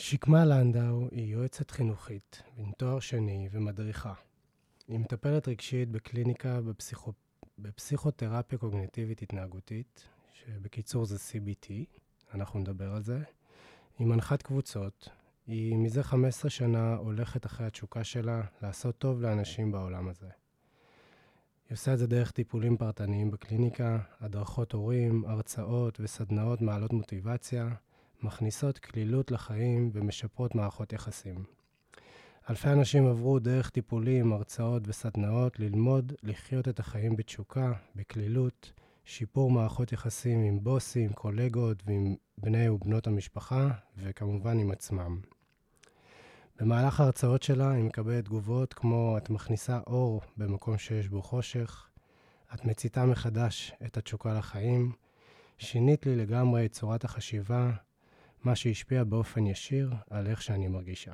שקמה לנדאו היא יועצת חינוכית עם תואר שני ומדריכה. היא מטפלת רגשית בקליניקה בפסיכותרפיה קוגניטיבית התנהגותית, שבקיצור זה CBT, אנחנו נדבר על זה. היא מנחת קבוצות, היא מזה 15 שנה הולכת אחרי התשוקה שלה לעשות טוב לאנשים בעולם הזה. היא עושה את זה דרך טיפולים פרטניים בקליניקה, הדרכות הורים, הרצאות וסדנאות מעלות מוטיבציה, מכניסות כלילות לחיים ומשפרות מערכות יחסים. אלפי אנשים עברו דרך טיפולים, הרצאות וסדנאות ללמוד לחיות את החיים בתשוקה, בכלילות, שיפור מערכות יחסים עם בוסים, קולגות ועם בני ובנות המשפחה, וכמובן עם עצמם. במהלך ההרצאות שלה היא מקבלת תגובות כמו את מכניסה אור במקום שיש בו חושך, את מציתה מחדש את התשוקה לחיים, שינית לי לגמרי את צורת החשיבה, מה שהשפיע באופן ישיר על איך שאני מרגישה.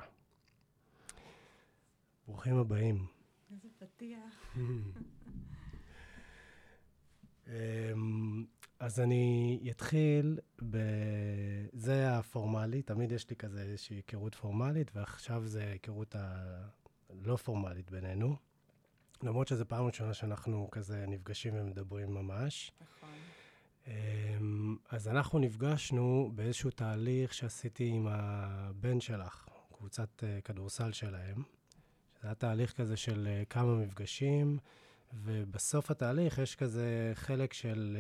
ברוכים הבאים. איזה פתיח. אז אני אתחיל זה הפורמלי, תמיד יש לי כזה איזושהי היכרות פורמלית, ועכשיו זה היכרות הלא פורמלית בינינו. למרות שזו פעם ראשונה שאנחנו כזה נפגשים ומדברים ממש. נכון. אז אנחנו נפגשנו באיזשהו תהליך שעשיתי עם הבן שלך, קבוצת כדורסל שלהם. זה היה תהליך כזה של כמה מפגשים, ובסוף התהליך יש כזה חלק של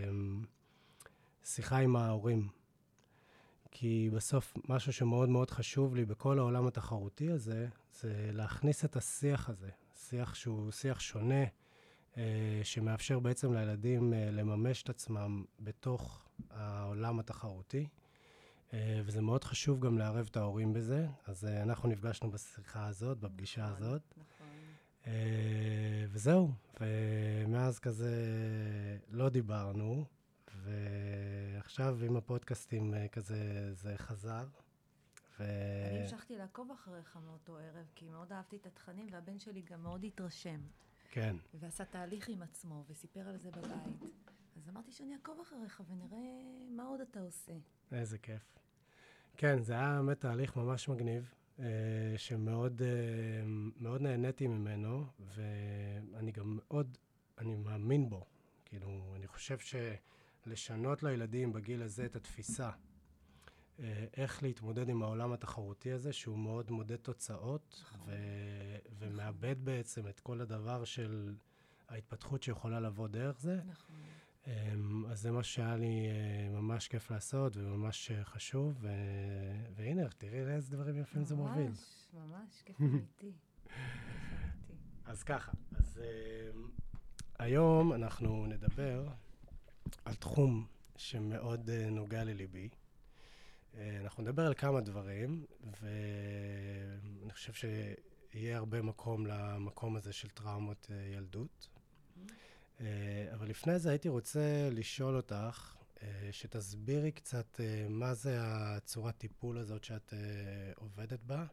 שיחה עם ההורים. כי בסוף משהו שמאוד מאוד חשוב לי בכל העולם התחרותי הזה, זה להכניס את השיח הזה. שיח שהוא שיח שונה, שמאפשר בעצם לילדים לממש את עצמם בתוך העולם התחרותי. וזה מאוד חשוב גם לערב את ההורים בזה. אז אנחנו נפגשנו בשיחה הזאת, בפגישה הזאת. נכון. וזהו. ומאז כזה לא דיברנו, ועכשיו עם הפודקאסטים כזה זה חזר. אני המשכתי לעקוב אחריך מאותו ערב, כי מאוד אהבתי את התכנים, והבן שלי גם מאוד התרשם. כן. ועשה תהליך עם עצמו, וסיפר על זה בבית. אז אמרתי שאני אעקוב אחריך ונראה מה עוד אתה עושה. איזה כיף. כן, זה היה באמת תהליך ממש מגניב, שמאוד מאוד נהניתי ממנו, ואני גם מאוד, אני מאמין בו. כאילו, אני חושב שלשנות לילדים בגיל הזה את התפיסה, איך להתמודד עם העולם התחרותי הזה, שהוא מאוד מודד תוצאות, ומאבד בעצם את כל הדבר של ההתפתחות שיכולה לבוא דרך זה. נכון. אז זה מה שהיה לי ממש כיף לעשות, וממש חשוב, והנה, תראי לאיזה דברים יפים זה מוביל. ממש, כיף אמיתי. אז ככה, אז היום אנחנו נדבר על תחום שמאוד נוגע לליבי. אנחנו נדבר על כמה דברים, ואני חושב שיהיה הרבה מקום למקום הזה של טראומות ילדות. אבל לפני זה הייתי רוצה לשאול אותך, שתסבירי קצת מה זה הצורת טיפול הזאת שאת עובדת בה.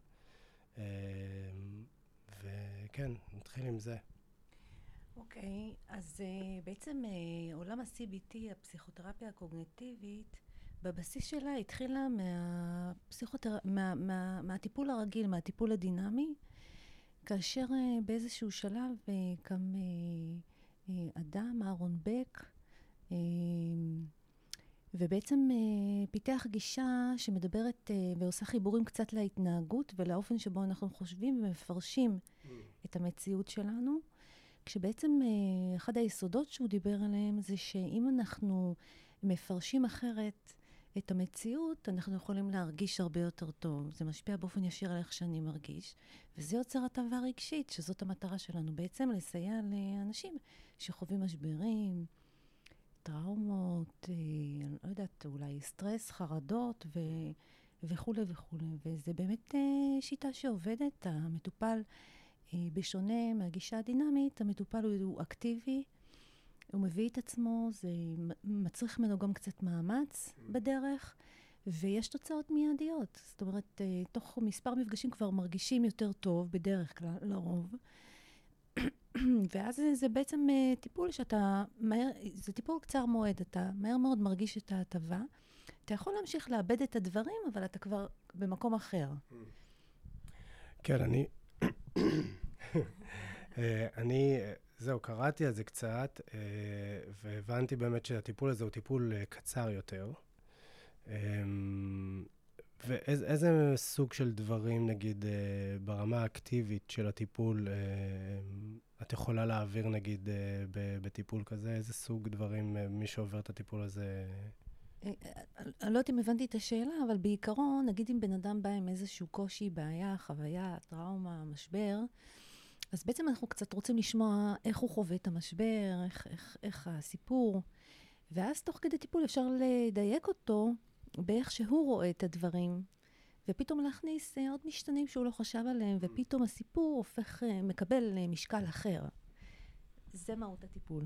וכן, נתחיל עם זה. אוקיי, אז בעצם עולם ה-CBT, הפסיכותרפיה הקוגניטיבית, בבסיס שלה התחילה מהטיפול הרגיל, מהטיפול הדינמי, כאשר באיזשהו שלב קם אדם, אהרון בק, ובעצם פיתח גישה שמדברת ועושה חיבורים קצת להתנהגות ולאופן שבו אנחנו חושבים ומפרשים את המציאות שלנו, כשבעצם אחד היסודות שהוא דיבר עליהם זה שאם אנחנו מפרשים אחרת את המציאות, אנחנו יכולים להרגיש הרבה יותר טוב. זה משפיע באופן ישיר על איך שאני מרגיש, וזה יוצר הטבה רגשית, שזאת המטרה שלנו, בעצם לסייע לאנשים שחווים משברים, טראומות, אני לא יודעת, אולי סטרס, חרדות וכו' וכו'. וזה באמת שיטה שעובדת. המטופל, בשונה מהגישה הדינמית, המטופל הוא אקטיבי, הוא מביא את עצמו, זה מצריך ממנו גם קצת מאמץ בדרך, ויש תוצאות מיידיות. זאת אומרת, תוך מספר מפגשים כבר מרגישים יותר טוב, בדרך כלל, לרוב. ואז זה בעצם טיפול שאתה מהר, זה טיפול קצר מועד, אתה מהר מאוד מרגיש את ההטבה, אתה יכול להמשיך לאבד את הדברים, אבל אתה כבר במקום אחר. כן, זהו, קראתי על זה קצת, והבנתי באמת שהטיפול הזה הוא טיפול קצר יותר. ואיזה סוג של דברים, נגיד, ברמה האקטיבית של הטיפול, את יכולה להעביר, נגיד, בטיפול כזה? איזה סוג דברים מי שעובר את הטיפול הזה? אני לא יודעת אם הבנתי את השאלה, אבל בעיקרון, נגיד אם בן אדם בא עם איזשהו קושי, בעיה, חוויה, טראומה, משבר, אז בעצם אנחנו קצת רוצים לשמוע איך הוא חווה את המשבר, איך הסיפור, ואז תוך כדי טיפול אפשר לדייק אותו באיך שהוא רואה את הדברים, ופתאום להכניס עוד משתנים שהוא לא חשב עליהם, ופתאום הסיפור הופך, מקבל משקל אחר. זה מהות הטיפול.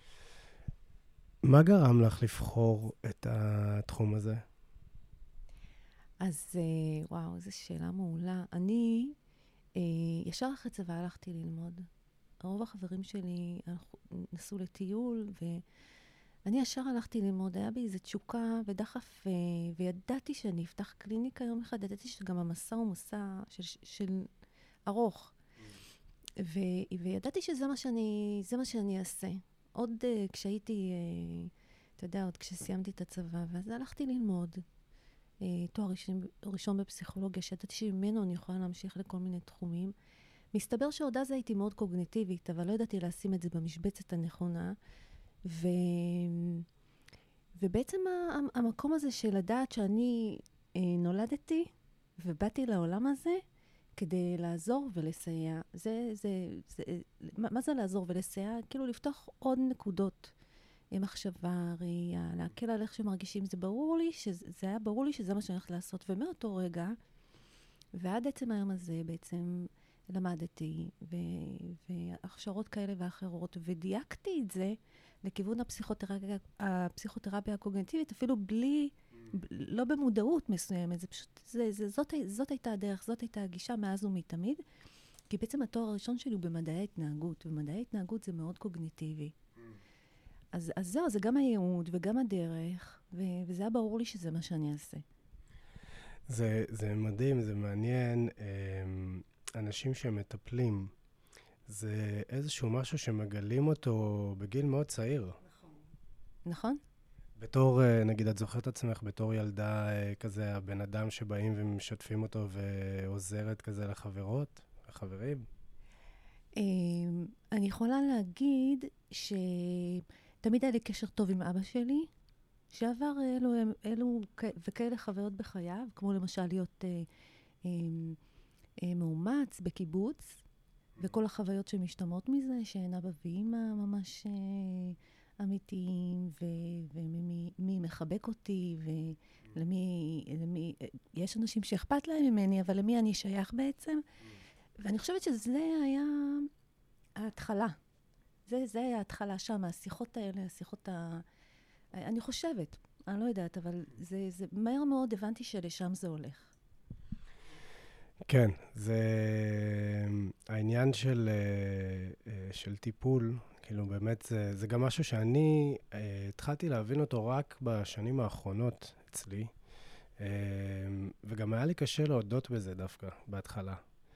מה גרם לך לבחור את התחום הזה? אז וואו, איזו שאלה מעולה. אני ישר אחרי צבא הלכתי ללמוד. רוב החברים שלי נסעו לטיול, ואני ישר הלכתי ללמוד. היה בי איזו תשוקה ודחף, וידעתי שאני אפתח קליניקה יום אחד. ידעתי שגם המסע הוא מסע של ארוך. וידעתי שזה מה שאני אעשה. עוד כשהייתי, אתה יודע, עוד כשסיימתי את הצבא, ואז הלכתי ללמוד. תואר ראשון בפסיכולוגיה, שידעתי שממנו אני יכולה להמשיך לכל מיני תחומים. מסתבר שעוד אז הייתי מאוד קוגניטיבית, אבל לא ידעתי לשים את זה במשבצת הנכונה. ובעצם המקום הזה של לדעת שאני נולדתי ובאתי לעולם הזה כדי לעזור ולסייע. מה זה לעזור ולסייע? כאילו לפתוח עוד נקודות. מחשבה, ראייה, להקל על איך שמרגישים. זה היה ברור לי שזה מה שאני הולכת לעשות. ומאותו רגע, ועד עצם היום הזה בעצם למדתי, והכשרות כאלה ואחרות, ודייקתי את זה לכיוון הפסיכותרפיה הקוגניטיבית, אפילו לא במודעות מסוימת. זה פשוט, זאת הייתה הדרך, זאת הייתה הגישה מאז ומתמיד, כי בעצם התואר הראשון שלי הוא במדעי ההתנהגות, ומדעי ההתנהגות זה מאוד קוגניטיבי. אז זהו, זה גם הייעוד וגם הדרך, וזה היה ברור לי שזה מה שאני אעשה. זה מדהים, זה מעניין. אנשים שמטפלים, זה איזשהו משהו שמגלים אותו בגיל מאוד צעיר. נכון? בתור, נגיד, את זוכרת עצמך בתור ילדה כזה, הבן אדם שבאים ומשתפים אותו ועוזרת כזה לחברות, לחברים? אני יכולה להגיד שתמיד היה לי קשר טוב עם אבא שלי, שעבר אלו וכאלה חוויות בחייו, כמו למשל להיות מאומץ בקיבוץ, וכל החוויות שמשתמעות מזה, שהן אבא ואמא ממש אמיתיים, ומי מחבק אותי, ולמי, יש אנשים שאכפת להם ממני, אבל למי אני שייך בעצם? ואני חושבת שזה היה ההתחלה. זה היה ההתחלה שם, השיחות האלה, אני חושבת, אני לא יודעת, אבל זה מהר מאוד הבנתי שלשם זה הולך. כן, זה העניין של טיפול, כאילו באמת זה גם משהו שאני התחלתי להבין אותו רק בשנים האחרונות אצלי, וגם היה לי קשה להודות בזה דווקא בהתחלה.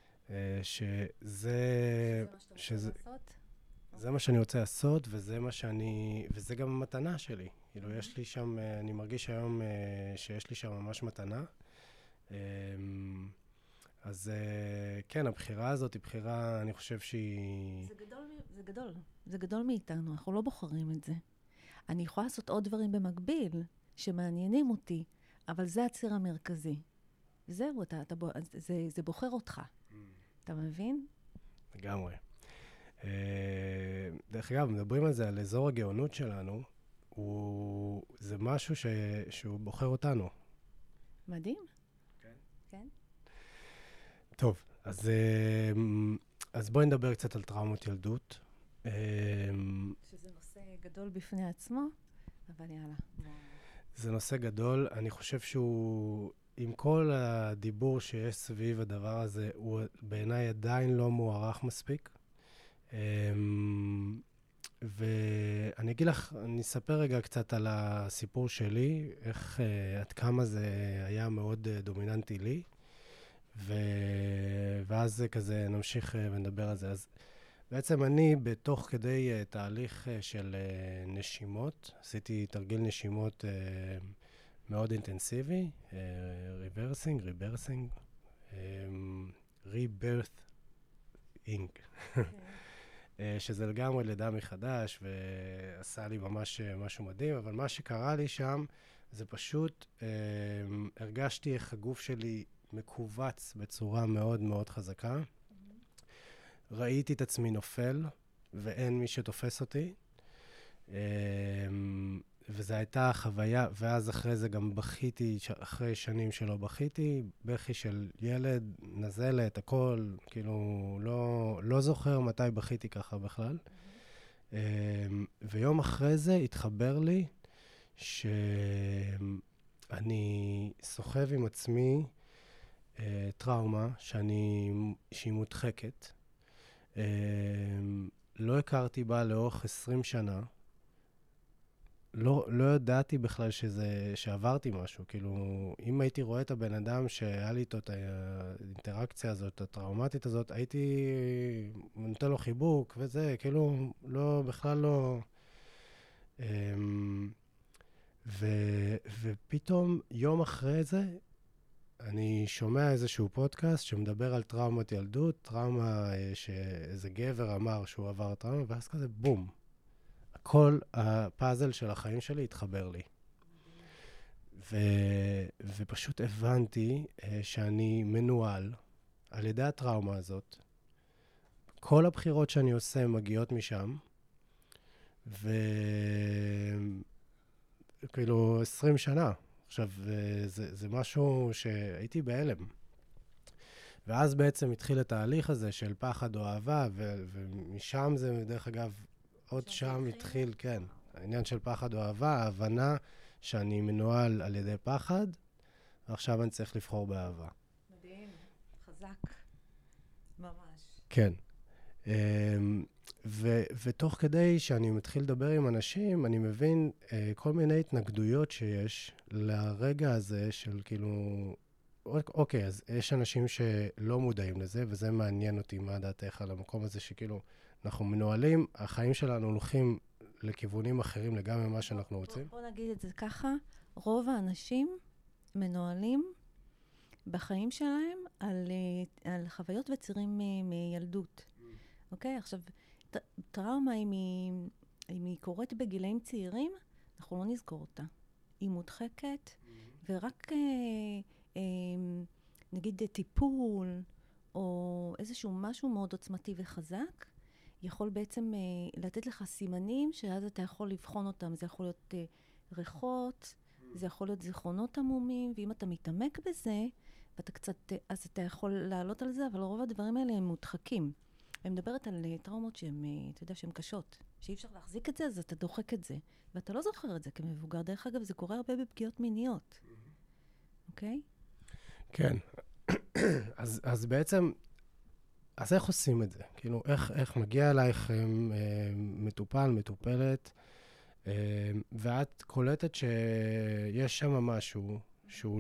זה מה שאני רוצה לעשות, וזה גם המתנה שלי. כאילו, יש לי שם, אני מרגיש היום שיש לי שם ממש מתנה. אז כן, הבחירה הזאת היא בחירה, אני חושב שהיא... זה גדול מאיתנו, אנחנו לא בוחרים את זה. אני יכולה לעשות עוד דברים במקביל, שמעניינים אותי, אבל זה הציר המרכזי. זהו, זה בוחר אותך. אתה מבין? לגמרי. דרך אגב, מדברים על זה, על אזור הגאונות שלנו, זה משהו שהוא בוחר אותנו. מדהים. כן. כן. טוב, אז בואי נדבר קצת על טראומות ילדות. שזה נושא גדול בפני עצמו, אבל יאללה. זה נושא גדול, אני חושב שהוא... עם כל הדיבור שיש סביב הדבר הזה, הוא בעיניי עדיין לא מוערך מספיק. ואני אגיד לך, אני אספר רגע קצת על הסיפור שלי, איך, עד כמה זה היה מאוד דומיננטי לי, ואז כזה נמשיך ונדבר על זה. אז בעצם אני, בתוך כדי תהליך של נשימות, עשיתי תרגיל נשימות מאוד אינטנסיבי, ריברסינג, ריברת'ינג, שזה לגמרי לידה מחדש, ועשה לי ממש משהו מדהים, אבל מה שקרה לי שם, זה פשוט, הרגשתי איך הגוף שלי מקובץ בצורה מאוד מאוד חזקה. ראיתי את עצמי נופל, ואין מי שתופס אותי. וזו הייתה חוויה, ואז אחרי זה גם בכיתי, אחרי שנים שלא בכיתי, בכי של ילד, נזלת, הכל, כאילו, לא זוכר מתי בכיתי ככה בכלל. ויום אחרי זה התחבר לי שאני סוחב עם עצמי טראומה שהיא מודחקת. לא הכרתי בה לאורך 20 שנה. לא ידעתי בכלל שעברתי משהו. כאילו, אם הייתי רואה את הבן אדם שהיה לי איתו את האינטראקציה הזאת, הטראומטית הזאת, הייתי נותן לו חיבוק וזה, כאילו, בכלל לא. ופתאום, יום אחרי זה, אני שומע איזשהו פודקאסט שמדבר על טראומת ילדות, טראומה שאיזה גבר אמר שהוא עבר טראומה, ואז כזה בום. כל הפאזל של החיים שלי התחבר לי. ופשוט הבנתי שאני מנוהל על ידי הטראומה הזאת. כל הבחירות שאני עושה מגיעות משם, וכאילו 20 שנה. עכשיו, זה משהו שהייתי בהלם. ואז בעצם התחיל התהליך הזה של פחד או אהבה, ומשם זה, דרך אגב, עוד שם התחיל, כן, העניין של פחד או אהבה, ההבנה שאני מנוהל על ידי פחד, ועכשיו אני צריך לבחור באהבה. מדהים, חזק, ממש. כן. ותוך כדי שאני מתחיל לדבר עם אנשים, אני מבין כל מיני התנגדויות שיש לרגע הזה של כאילו, אוקיי, אז יש אנשים שלא מודעים לזה, וזה מעניין אותי מה דעתך על המקום הזה שכאילו, אנחנו מנוהלים, החיים שלנו הולכים לכיוונים אחרים לגמרי ממה שאנחנו רוצים. בוא נגיד את זה ככה, רוב האנשים מנוהלים בחיים שלהם על חוויות וצירים מילדות. אוקיי? עכשיו, טראומה, אם היא קורית בגילאים צעירים, אנחנו לא נזכור אותה. היא מודחקת, ורק נגיד טיפול, או איזשהו משהו מאוד עוצמתי וחזק, יכול בעצם לתת לך סימנים, שאז אתה יכול לבחון אותם. זה יכול להיות ריחות, זה יכול להיות זיכרונות עמומים, ואם אתה מתעמק בזה, ואתה קצת, אז אתה יכול לעלות על זה, אבל רוב הדברים האלה הם מודחקים. אני מדברת על טראומות שהן, אתה יודע, שהן קשות. שאי אפשר להחזיק את זה, אז אתה דוחק את זה. ואתה לא זוכר את זה כמבוגר. דרך אגב, זה קורה הרבה בפגיעות מיניות. אוקיי? כן. אז בעצם, אז איך עושים את זה? כאילו, איך מגיע אלייך מטופל, מטופלת, ואת קולטת שיש שם משהו שהוא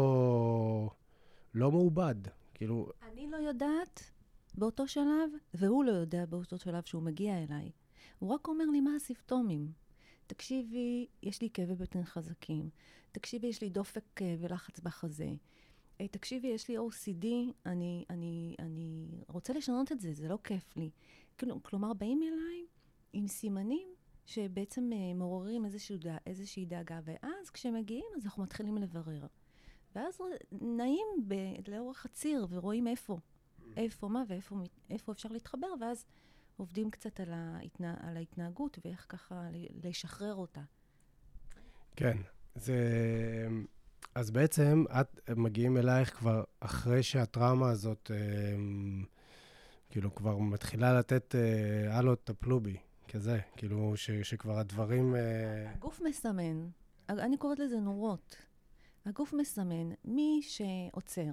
לא מעובד. כאילו... אני לא יודעת באותו שלב, והוא לא יודע באותו שלב שהוא מגיע אליי. הוא רק אומר לי מה הסימפטומים. תקשיבי, יש לי כאבי בטן חזקים. תקשיבי, יש לי דופק ולחץ בחזה. תקשיבי, יש לי OCD, אני רוצה לשנות את זה, זה לא כיף לי. כלומר, באים אליי עם סימנים שבעצם מעוררים איזושהי דאגה, ואז כשמגיעים, אז אנחנו מתחילים לברר. ואז נעים לאורך הציר ורואים איפה מה ואיפה אפשר להתחבר, ואז עובדים קצת על ההתנהגות ואיך ככה לשחרר אותה. כן, אז בעצם את מגיעים אלייך כבר אחרי שהטראומה הזאת, כאילו כבר מתחילה לתת, הלו, טפלו בי, כזה, כאילו שכבר הדברים... הגוף מסמן, אני קוראת לזה נורות. הגוף מסמן, מי שעוצר,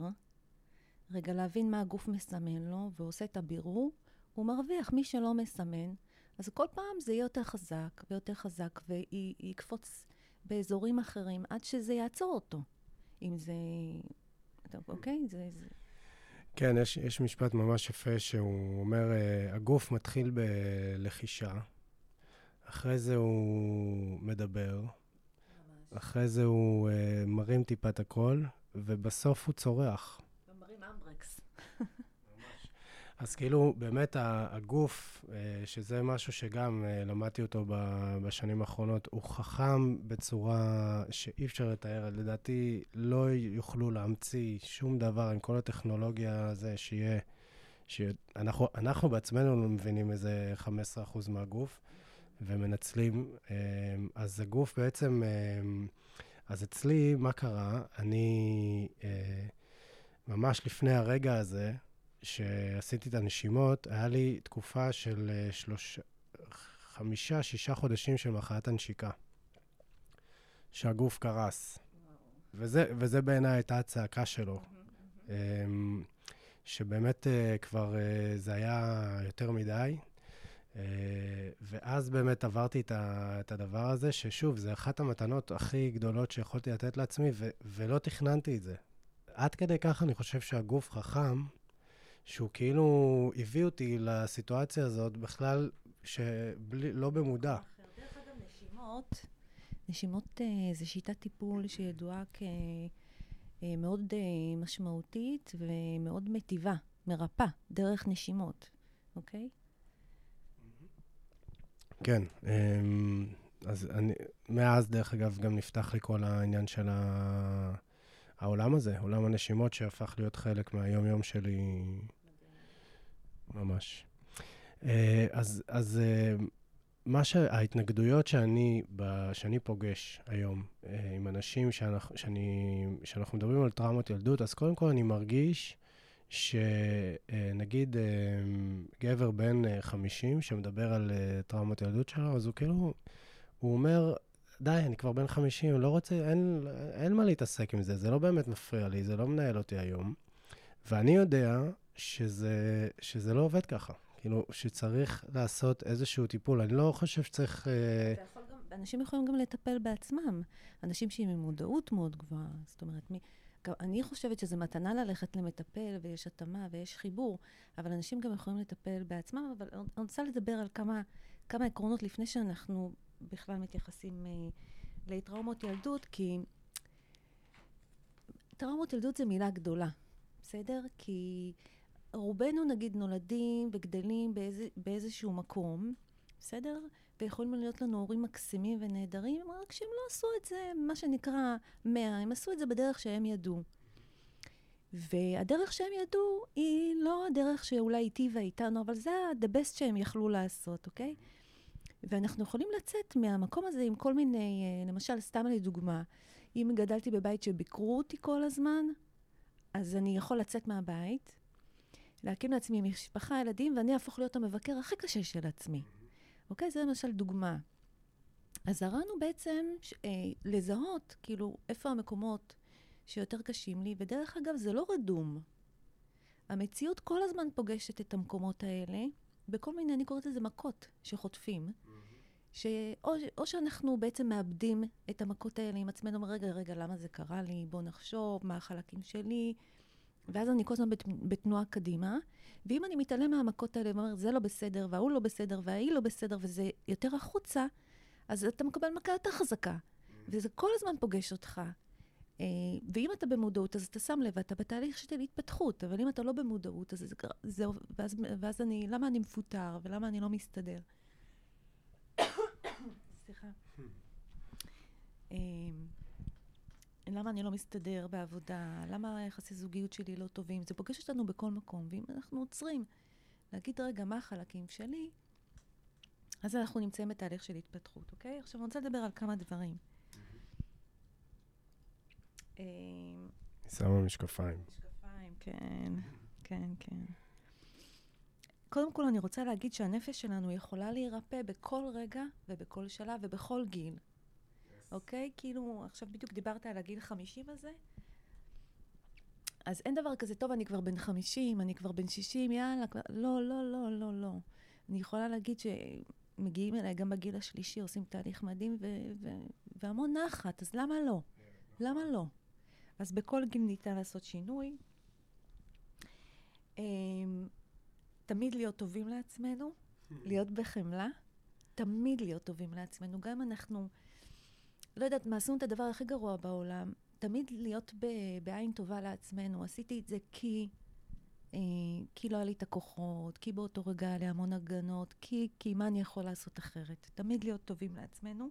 רגע להבין מה הגוף מסמן לו, ועושה את הבירור, הוא מרוויח. מי שלא מסמן, אז כל פעם זה יהיה יותר חזק ויותר חזק, ויקפוץ באזורים אחרים עד שזה יעצור אותו. אם זה... אוקיי? זה... כן, יש משפט ממש יפה שהוא אומר, הגוף מתחיל בלחישה, אחרי זה הוא מדבר, אחרי זה הוא מרים טיפה את הכל, ובסוף הוא צורח. ומרים אמברקס. אז כאילו, באמת הגוף, שזה משהו שגם למדתי אותו בשנים האחרונות, הוא חכם בצורה שאי אפשר לתאר. לדעתי, לא יוכלו להמציא שום דבר עם כל הטכנולוגיה הזה אנחנו בעצמנו לא מבינים איזה 15% מהגוף, ומנצלים. אז הגוף בעצם, אז אצלי, מה קרה? אני ממש לפני הרגע הזה, שעשיתי את הנשימות, היה לי תקופה של 5-6 חודשים של מחלת הנשיקה, שהגוף קרס. וזה בעיניי הייתה הצעקה שלו. שבאמת כבר זה היה יותר מדי. ואז באמת עברתי את הדבר הזה, ששוב, זה אחת המתנות הכי גדולות שיכולתי לתת לעצמי, ולא תכננתי את זה. עד כדי כך אני חושב שהגוף חכם, שהוא כאילו הביא אותי לסיטואציה הזאת בכלל לא במודע. דרך אגב, נשימות זה שיטת טיפול שידועה כמאוד משמעותית ומאוד מטיבה, מרפא, דרך נשימות, אוקיי? כן, אז מאז דרך אגב גם נפתח לי כל העניין של העולם הזה, עולם הנשימות שהפך להיות חלק מהיום-יום שלי ממש. אז ההתנגדויות שאני פוגש היום עם אנשים שאנחנו מדברים על טראומות ילדות, אז קודם כל אני מרגיש שנגיד גבר בן 50 שמדבר על טראומות ילדות שלו, אז הוא כאילו, הוא אומר, די, אני כבר בן 50, לא רוצה, אין מה להתעסק עם זה, זה לא באמת מפריע לי, זה לא מנהל אותי היום. ואני יודע שזה לא עובד ככה. כאילו, שצריך לעשות איזשהו טיפול. אני לא חושב שצריך... אנשים יכולים גם לטפל בעצמם. אנשים שהם עם מודעות מאוד גבוהה. זאת אומרת, אני חושבת שזה מתנה ללכת למטפל, ויש התאמה ויש חיבור, אבל אנשים גם יכולים לטפל בעצמם, אבל אני רוצה לדבר על כמה עקרונות לפני שאנחנו בכלל מתייחסים לטראומות ילדות, כי טראומות ילדות זה מילה גדולה, בסדר? כי רובנו נגיד נולדים וגדלים באיזשהו מקום, בסדר? ויכולים להיות לנו הורים מקסימים ונהדרים, רק שהם לא עשו את זה, מה שנקרא 100, הם עשו את זה בדרך שהם ידעו. והדרך שהם ידעו היא לא הדרך שאולי היטיבה איתנו, אבל זה the best שהם יכלו לעשות, אוקיי? ואנחנו יכולים לצאת מהמקום הזה עם כל מיני, למשל, סתם לדוגמה, אם גדלתי בבית שביקרו אותי כל הזמן, אז אני יכול לצאת מהבית, להקים לעצמי משפחה, ילדים, ואני אהפוך להיות המבקר הכי קשה של עצמי. אוקיי? זה למשל דוגמה. אז הראינו בעצם לזהות, כאילו, איפה המקומות שיותר קשים לי, ודרך אגב, זה לא רדום. המציאות כל הזמן פוגשת את המקומות האלה, בכל מיני, אני קוראת לזה מכות שחוטפים, או שאנחנו בעצם מאבדים את המכות האלה עם עצמנו, רגע, למה זה קרה לי? בוא נחשוב, מה החלקים שלי? ואז אני כל הזמן בתנועה קדימה, ואם אני מתעלם מהמכות האלה, ואומר, זה לא בסדר, והוא לא בסדר, והיא לא בסדר, וזה יותר החוצה, אז אתה מקבל מכה יותר חזקה. וזה כל הזמן פוגש אותך. ואם אתה במודעות, אז אתה שם לב, אתה בתהליך של התפתחות, אבל אם אתה לא במודעות, אז ואז למה אני מפוטר, ולמה אני לא מסתדר? סליחה. למה אני לא מסתדר בעבודה? למה היחסי זוגיות שלי לא טובים? זה פוגש אותנו בכל מקום, ואם אנחנו עוצרים להגיד, רגע, מה החלקים שלי? אז אנחנו נמצאים בתהליך של התפתחות, אוקיי? עכשיו אני רוצה לדבר על כמה דברים. שמה משקפיים. משקפיים, כן. קודם כל אני רוצה להגיד שהנפש שלנו יכולה להירפא בכל רגע ובכל שלב ובכל גיל. אוקיי? כאילו, עכשיו בדיוק דיברת על הגיל 50 הזה. אז אין דבר כזה, טוב, אני כבר בן 50, אני כבר בן 60, יאללה, לא. אני יכולה להגיד מגיעים אליי גם בגיל השלישי, עושים תהליך מדהים והמון נחת, אז למה לא? למה לא? אז בכל גיל ניתן לעשות שינוי. תמיד להיות טובים לעצמנו, להיות בחמלה, תמיד להיות טובים לעצמנו. גם אנחנו, לא יודעת, מה עשינו את הדבר הכי גרוע בעולם, תמיד להיות בעין טובה לעצמנו. עשיתי את זה כי לא היה לי את הכוחות, כי באותו רגע היה לי המון הגנות, כי מה אני יכול לעשות אחרת. תמיד להיות טובים לעצמנו.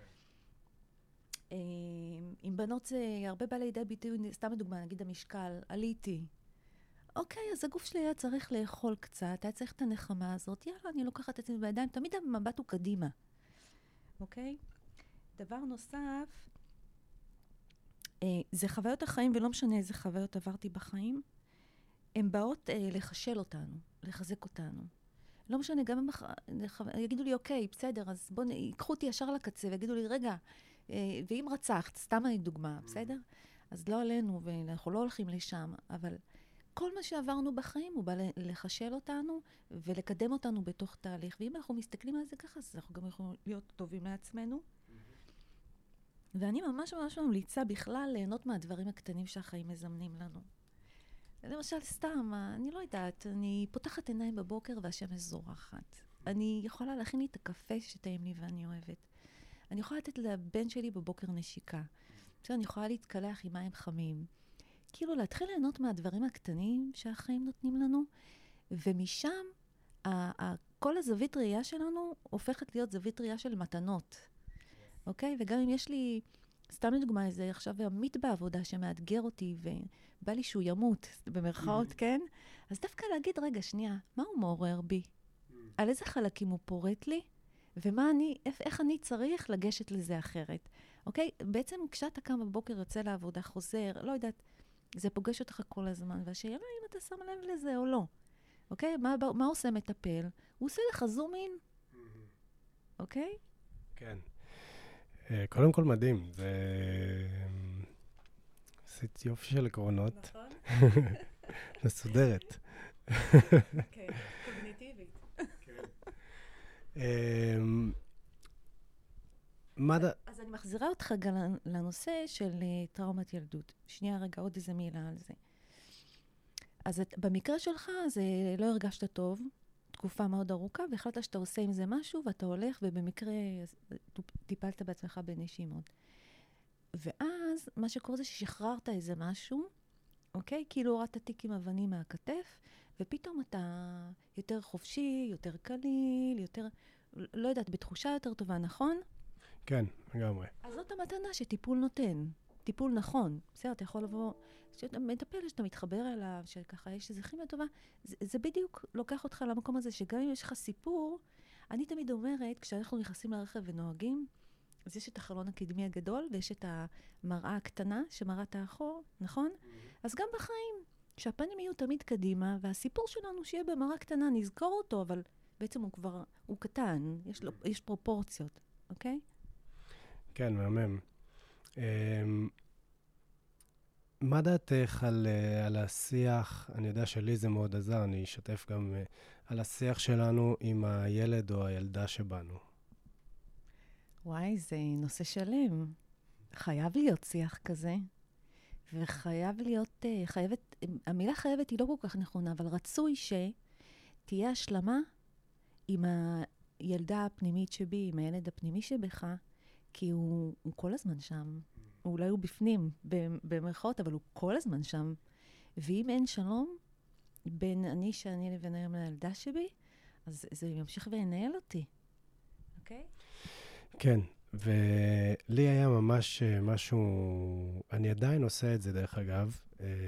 עם בנות זה הרבה בא לידי ביטוי, סתם לדוגמה, נגיד המשקל, עליתי. אוקיי, אז הגוף שלי היה צריך לאכול קצת, היה צריך את הנחמה הזאת, יאללה, אני לוקחת את עצמי בידיים, תמיד המבט הוא קדימה. אוקיי? דבר נוסף, זה חוויות החיים, ולא משנה איזה חוויות עברתי בחיים, הן באות לחשל אותנו, לחזק אותנו. לא משנה, גם יגידו לי, אוקיי, בסדר, אז בואו, ייקחו אותי ישר לקצה, ויגידו לי, רגע, ואם רצחת, סתם אני דוגמה, בסדר? אז לא עלינו, ואנחנו לא הולכים לשם, אבל כל מה שעברנו בחיים הוא בא לחשל אותנו, ולקדם אותנו בתוך תהליך. ואם אנחנו מסתכלים על זה ככה, אז אנחנו גם יכולים להיות טובים לעצמנו. ואני ממש ממש ממליצה בכלל ליהנות מהדברים הקטנים שהחיים מזמנים לנו. למשל, סתם, אני לא יודעת, אני פותחת עיניים בבוקר והשמש זורחת. אני יכולה להכין לי את הקפה שטעים לי ואני אוהבת. אני יכולה לתת לבן שלי בבוקר נשיקה. אני יכולה להתקלח עם מים חמים. כאילו, להתחיל ליהנות מהדברים הקטנים שהחיים נותנים לנו, ומשם, כל הזווית ראייה שלנו הופכת להיות זווית ראייה של מתנות. אוקיי? וגם אם יש לי, סתם לדוגמה, איזה עכשיו עמית בעבודה שמאתגר אותי, ובא לי שהוא ימות, במרכאות, כן? אז דווקא להגיד, רגע, שנייה, מה הוא מעורר בי? על איזה חלקים הוא פורט לי? איך אני צריך לגשת לזה אחרת? אוקיי? בעצם כשאתה קם בבוקר, יוצא לעבודה, חוזר, לא יודעת, זה פוגש אותך כל הזמן, והשאלה אם אתה שם לב לזה או לא. אוקיי? מה עושה מטפל? הוא עושה לך זום אין. אוקיי? כן. קודם כל מדהים. זה עשית יופי של עקרונות. נכון. מסודרת. כן, קוגניטיבית. אז אני מחזירה אותך גם לנושא של טראומת ילדות. שנייה רגע, עוד איזה מילה על זה. אז במקרה שלך, זה לא הרגשת טוב, תקופה מאוד ארוכה, והחלטת שאתה עושה עם זה משהו, ואתה הולך, ובמקרה טיפלת בעצמך בנשימות. ואז מה שקורה זה ששחררת איזה משהו, אוקיי? כאילו הורדת תיק עם אבנים מהכתף, ופתאום אתה יותר חופשי, יותר קליל, יותר, לא יודעת, בתחושה יותר טובה, נכון? כן, לגמרי. אז זאת המתנה שטיפול נותן. טיפול נכון. בסדר, אתה יכול לבוא, שאתה מטפל, שאתה מתחבר אליו, שככה יש איזו כימיה טובה. זה בדיוק לוקח אותך למקום הזה, שגם אם יש לך סיפור, אני תמיד אומרת, כשאנחנו נכנסים לרכב ונוהגים, אז יש את החלון הקדמי הגדול, ויש את המראה הקטנה שמראה את האחור, נכון? אז גם בחיים, כשהפנים יהיו תמיד קדימה, והסיפור שלנו שיהיה במראה קטנה, נזכור אותו, אבל בעצם הוא קטן, יש פרופורציות, אוקיי? כן, מהמם. מה דעתך על השיח, אני יודע שלי זה מאוד עזר, אני אשתף גם על השיח שלנו עם הילד או הילדה שבנו. וואי, זה נושא שלם. חייב להיות שיח כזה, וחייב להיות, המילה חייבת היא לא כל כך נכונה, אבל רצוי שתהיה השלמה עם הילדה הפנימית שבי, עם הילד הפנימי שבך, כי הוא כל הזמן שם. אולי הוא בפנים, במרכאות, אבל הוא כל הזמן שם. ואם אין שלום בין שאני לבין היום לילדה שבי, אז זה ימשיך וינהל אותי. אוקיי? כן, ולי היה ממש משהו, אני עדיין עושה את זה דרך אגב,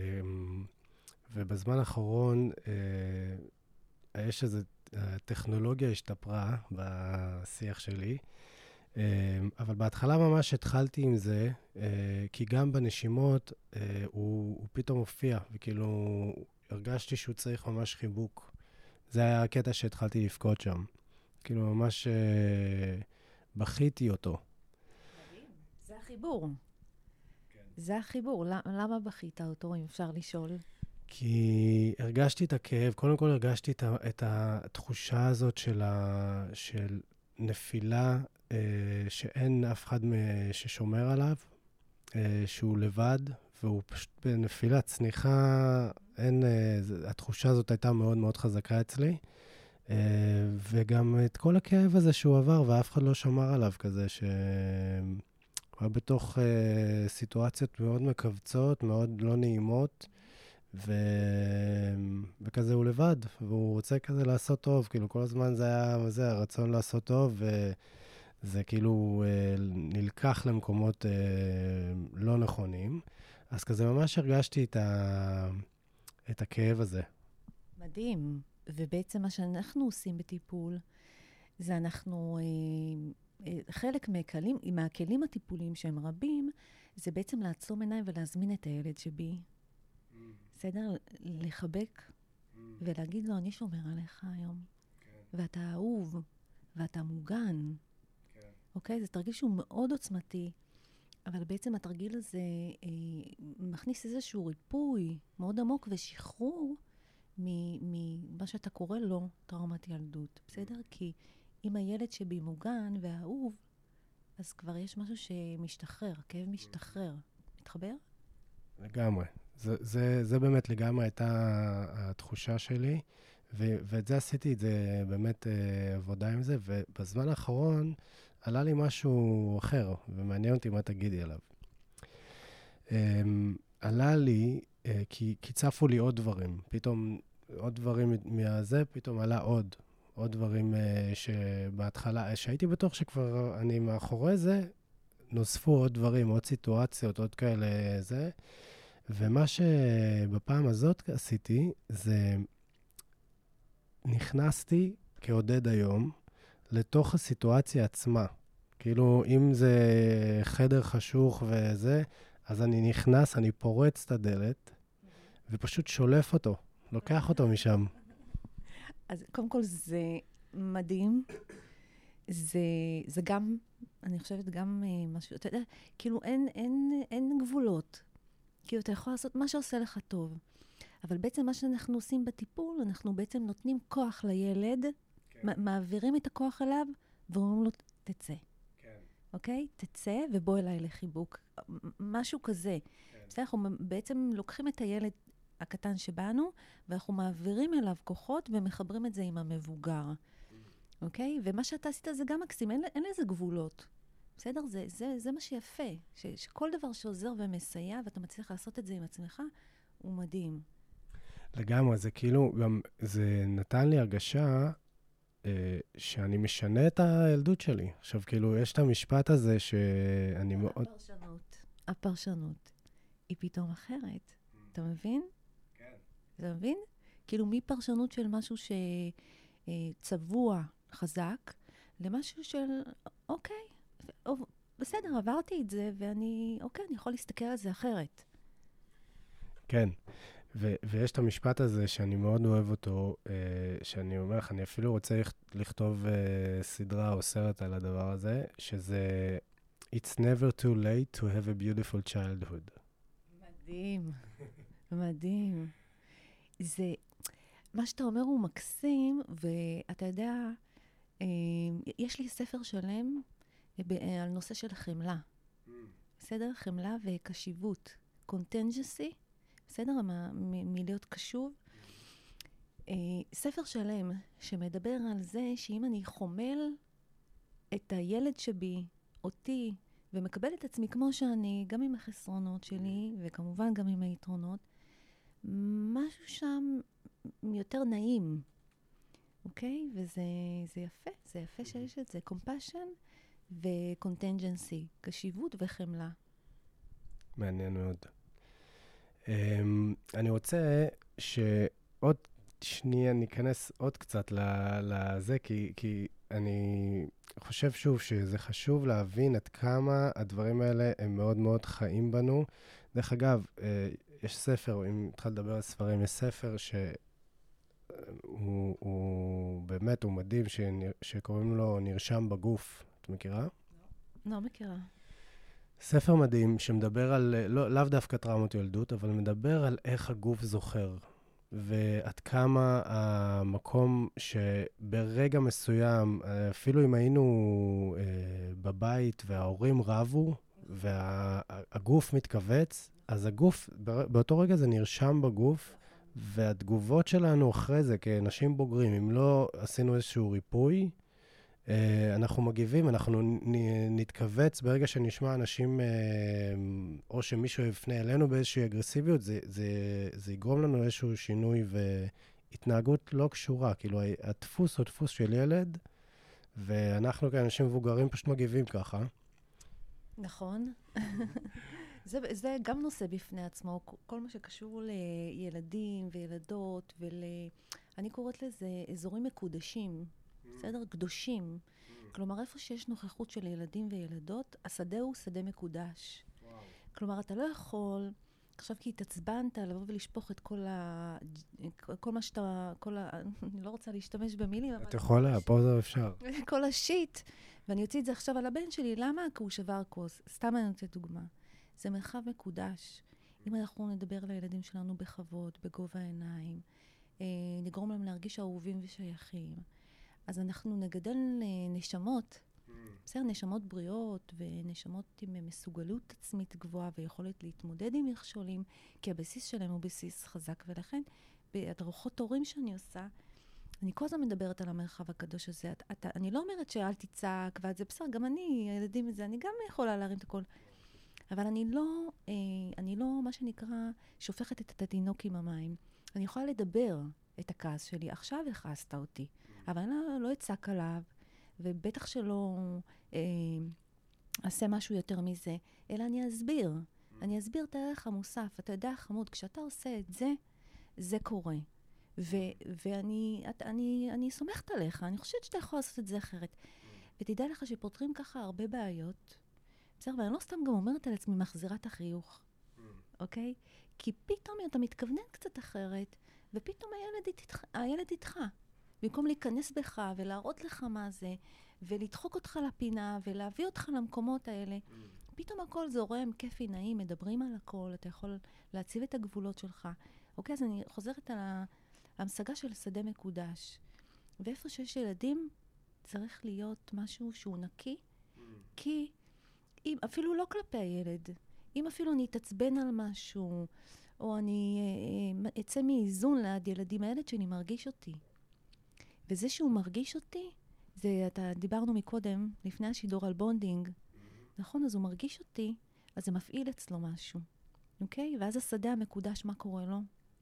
ובזמן האחרון יש איזו, הטכנולוגיה השתפרה בשיח שלי, אבל בהתחלה ממש התחלתי עם זה, כי גם בנשימות הוא פתאום הופיע, וכאילו הרגשתי שהוא צריך ממש חיבוק. זה היה הקטע שהתחלתי לפקוד שם. כאילו ממש בכיתי אותו. מדהים, זה החיבור. כן. זה החיבור. למה בכית אותו, אם אפשר לשאול? כי הרגשתי את הכאב, קודם כל הרגשתי את התחושה הזאת של נפילה שאין אף אחד ששומר עליו, שהוא לבד, והוא פשוט בנפילת צניחה, התחושה הזאת הייתה מאוד מאוד חזקה אצלי, וגם את כל הכאב הזה שהוא עבר, ואף אחד לא שמר עליו כזה, שהוא היה בתוך סיטואציות מאוד מקבצות, מאוד לא נעימות, וכזה הוא לבד, והוא רוצה כזה לעשות טוב, כאילו כל הזמן זה היה, הרצון לעשות טוב, וזה כאילו נלקח למקומות לא נכונים, אז כזה ממש הרגשתי את הכאב הזה. מדהים, ובעצם מה שאנחנו עושים בטיפול, זה אנחנו, חלק מהכלים הטיפוליים שהם רבים, זה בעצם לעצום עיניים ולהזמין את הילד שבי. בסדר? לחבק ולהגיד לו, אני שומר עליך היום. ואתה אהוב, ואתה מוגן. אוקיי? זה תרגיל שהוא מאוד עוצמתי, אבל בעצם התרגיל הזה מכניס איזשהו ריפוי מאוד עמוק ושחרור ממה שאתה קורא לו טראומת ילדות. בסדר? כי אם הילד שבי מוגן ואהוב, אז כבר יש משהו שמשתחרר, הכאב משתחרר. מתחבר? לגמרי. זה באמת לגמרי הייתה התחושה שלי, ואת זה עשיתי, את זה באמת עבודה עם זה, ובזמן האחרון עלה לי משהו אחר, ומעניין אותי מה תגידי עליו. עלה לי, כי צפו לי עוד דברים, פתאום עוד דברים מהזה, פתאום עלה עוד דברים שבהתחלה, שהייתי בטוח שכבר אני מאחורי זה, נוספו עוד דברים, עוד סיטואציות, עוד כאלה זה, ומה שבפעם הזאת עשיתי, זה נכנסתי כעודד היום לתוך הסיטואציה עצמה. כאילו, אם זה חדר חשוך וזה, אז אני נכנס, אני פורץ את הדלת, ופשוט שולף אותו, לוקח אותו משם. אז קודם כל זה מדהים. זה גם, אני חושבת גם משהו, אתה יודע, כאילו אין גבולות. כאילו אתה יכול לעשות מה שעושה לך טוב. אבל בעצם מה שאנחנו עושים בטיפול, אנחנו בעצם נותנים כוח לילד, מעבירים את הכוח אליו, ואומרים לו, תצא. אוקיי? תצא ובוא אליי לחיבוק. משהו כזה. בסדר, אנחנו בעצם לוקחים את הילד הקטן שבנו, ואנחנו מעבירים אליו כוחות ומחברים את זה עם המבוגר. אוקיי? ומה שאתה עשית זה גם מקסים, אין לזה גבולות. בסדר? זה מה שיפה. שכל דבר שעוזר ומסייע, ואתה מצליח לעשות את זה עם עצמך, הוא מדהים. לגמרי, זה כאילו, גם זה נתן לי הרגשה שאני משנה את הילדות שלי. עכשיו, כאילו, יש את המשפט הזה שאני מאוד... הפרשנות היא פתאום אחרת. אתה מבין? כן. אתה מבין? כאילו, מפרשנות של משהו שצבוע, חזק, למשהו של, אוקיי, בסדר, עברתי את זה, ואני, אוקיי, אני יכול להסתכל על זה אחרת. כן. ויש את המשפט הזה שאני מאוד אוהב אותו, שאני אומר לך, אני אפילו רוצה לכתוב סדרה או סרט על הדבר הזה, שזה It's never too late to have a beautiful childhood. מדהים, מדהים. זה, מה שאתה אומר הוא מקסים, ואתה יודע, יש לי ספר שלם על נושא של חמלה. בסדר? חמלה וקשיבות. contingency. בסדר? מלהיות קשוב. ספר שלם שמדבר על זה שאם אני חומל את הילד שבי, אותי, ומקבל את עצמי כמו שאני, גם עם החסרונות שלי, וכמובן גם עם היתרונות, משהו שם יותר נעים. אוקיי? וזה יפה. זה יפה שיש את זה. compassion ו-contingency. קשיבות וחמלה. מעניין מאוד. אני רוצה שעוד שנייה ניכנס עוד קצת לזה, כי אני חושב שוב שזה חשוב להבין עד כמה הדברים האלה הם מאוד מאוד חיים בנו. דרך אגב, יש ספר, אם התחל לדבר על ספרים, יש ספר שהוא באמת, הוא מדהים, שקוראים לו נרשם בגוף. את מכירה? לא מכירה. ספר מדהים שמדבר על, לאו דווקא טראומות ילדות, אבל מדבר על איך הגוף זוכר. ועד כמה המקום שברגע מסוים, אפילו אם היינו בבית וההורים רבו, והגוף מתכווץ, אז הגוף, באותו רגע זה נרשם בגוף, והתגובות שלנו אחרי זה, כאנשים בוגרים, אם לא עשינו איזשהו ריפוי, אנחנו מגיבים, אנחנו נתכווץ ברגע שנשמע אנשים, או שמישהו יפנה אלינו באיזושהי אגרסיביות, זה יגרום לנו איזשהו שינוי והתנהגות לא קשורה. כאילו, הדפוס הוא דפוס של ילד, ואנחנו כאנשים מבוגרים פשוט מגיבים ככה. נכון. זה גם נושא בפני עצמו, כל מה שקשור לילדים וילדות, אני קוראת לזה אזורים מקודשים, בסדר? קדושים. כלומר, איפה שיש נוכחות של ילדים וילדות, השדה הוא שדה מקודש. כלומר, אתה לא יכול, עכשיו כי התעצבנת, לבוא ולשפוך את כל מה שאתה, אני לא רוצה להשתמש במילים, אבל... את יכולה, פה זה אפשר. כל השיט. ואני אוציא את זה עכשיו על הבן שלי, למה? כי הוא שבר כוס. סתם אני נותנת דוגמה. זה מרחב מקודש. אם אנחנו נדבר לילדים שלנו בכבוד, בגובה העיניים, נגרום להם להרגיש אהובים ושייכים, אז אנחנו נגדל נשמות, בסדר, נשמות בריאות ונשמות עם מסוגלות עצמית גבוהה ויכולת להתמודד עם מכשולים, כי הבסיס שלהם הוא בסיס חזק, ולכן בהדרכות הורים שאני עושה, אני כל הזמן מדברת על המרחב הקדוש הזה. אני לא אומרת שאל תצעק, וזה בסדר, גם אני, הילדים וזה, אני גם יכולה להרים את הכל. אבל אני לא, מה שנקרא, שופכת את התינוק עם המים. אני יכולה לדבר את הכעס שלי. עכשיו הכעסת אותי, אבל אני לא אצעק עליו, ובטח שלא אעשה משהו יותר מזה, אלא אני אסביר. אני אסביר את הערך המוסף. אתה יודע, חמוד, כשאתה עושה את זה, זה קורה. ואני סומכת עליך, אני חושבת שאתה יכול לעשות את זה אחרת. ותדע לך שפותרים ככה הרבה בעיות, בסדר, ואני לא סתם גם אומרת על עצמי מחזירה את החיוך, אוקיי? כי פתאום אתה מתכוונן קצת אחרת, ופתאום הילד איתך. במקום להיכנס בך ולהראות לך מה זה, ולדחוק אותך לפינה, ולהביא אותך למקומות האלה, פתאום הכל זורם, כיפי, נעים, מדברים על הכל, אתה יכול להציב את הגבולות שלך. אוקיי, אז אני חוזרת על ההמשגה של שדה מקודש. ואיפה שיש ילדים, צריך להיות משהו שהוא נקי, כי אפילו לא כלפי הילד, אם אפילו אני אתעצבן על משהו, או אני אצא מאיזון ליד ילדים, הילד שלי מרגיש אותי. וזה שהוא מרגיש אותי, דיברנו מקודם, לפני השידור על בונדינג, נכון? אז הוא מרגיש אותי, אז זה מפעיל אצלו משהו, אוקיי? ואז השדה המקודש, מה קורה לו?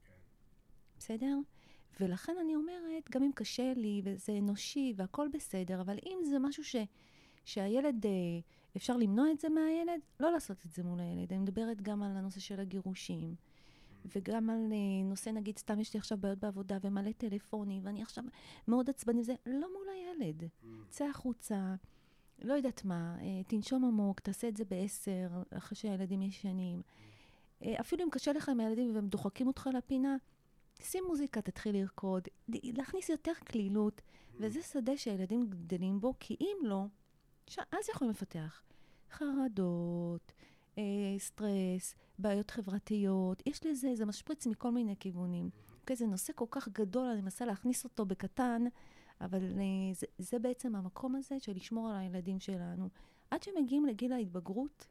בסדר? ולכן אני אומרת, גם אם קשה לי, וזה אנושי, והכל בסדר, אבל אם זה משהו שהילד, אפשר למנוע את זה מהילד, לא לעשות את זה מול הילד. אני מדברת גם על הנושא של הגירושים, וגם על נושא, נגיד, סתם יש לי עכשיו בעיות בעבודה, ומלא טלפונים, ואני עכשיו מאוד עצבני, זה לא מול הילד. צא החוצה, לא יודעת מה, תנשום עמוק, תעשה את זה ב10, אחרי שהילדים ישנים. אפילו אם קשה לך עם הילדים והם דוחקים אותך לפינה, שים מוזיקה, תתחיל לרקוד, להכניס יותר כלילות, וזה שדה שהילדים גדלים בו, כי אם לא, אז יכולים לפתח חרדות, סטרס, בעיות חברתיות, יש לזה, זה משפריץ מכל מיני כיוונים. אוקיי, זה נושא כל כך גדול, אני מנסה להכניס אותו בקטן, אבל זה בעצם המקום הזה של לשמור על הילדים שלנו. עד שמגיעים לגיל ההתבגרות,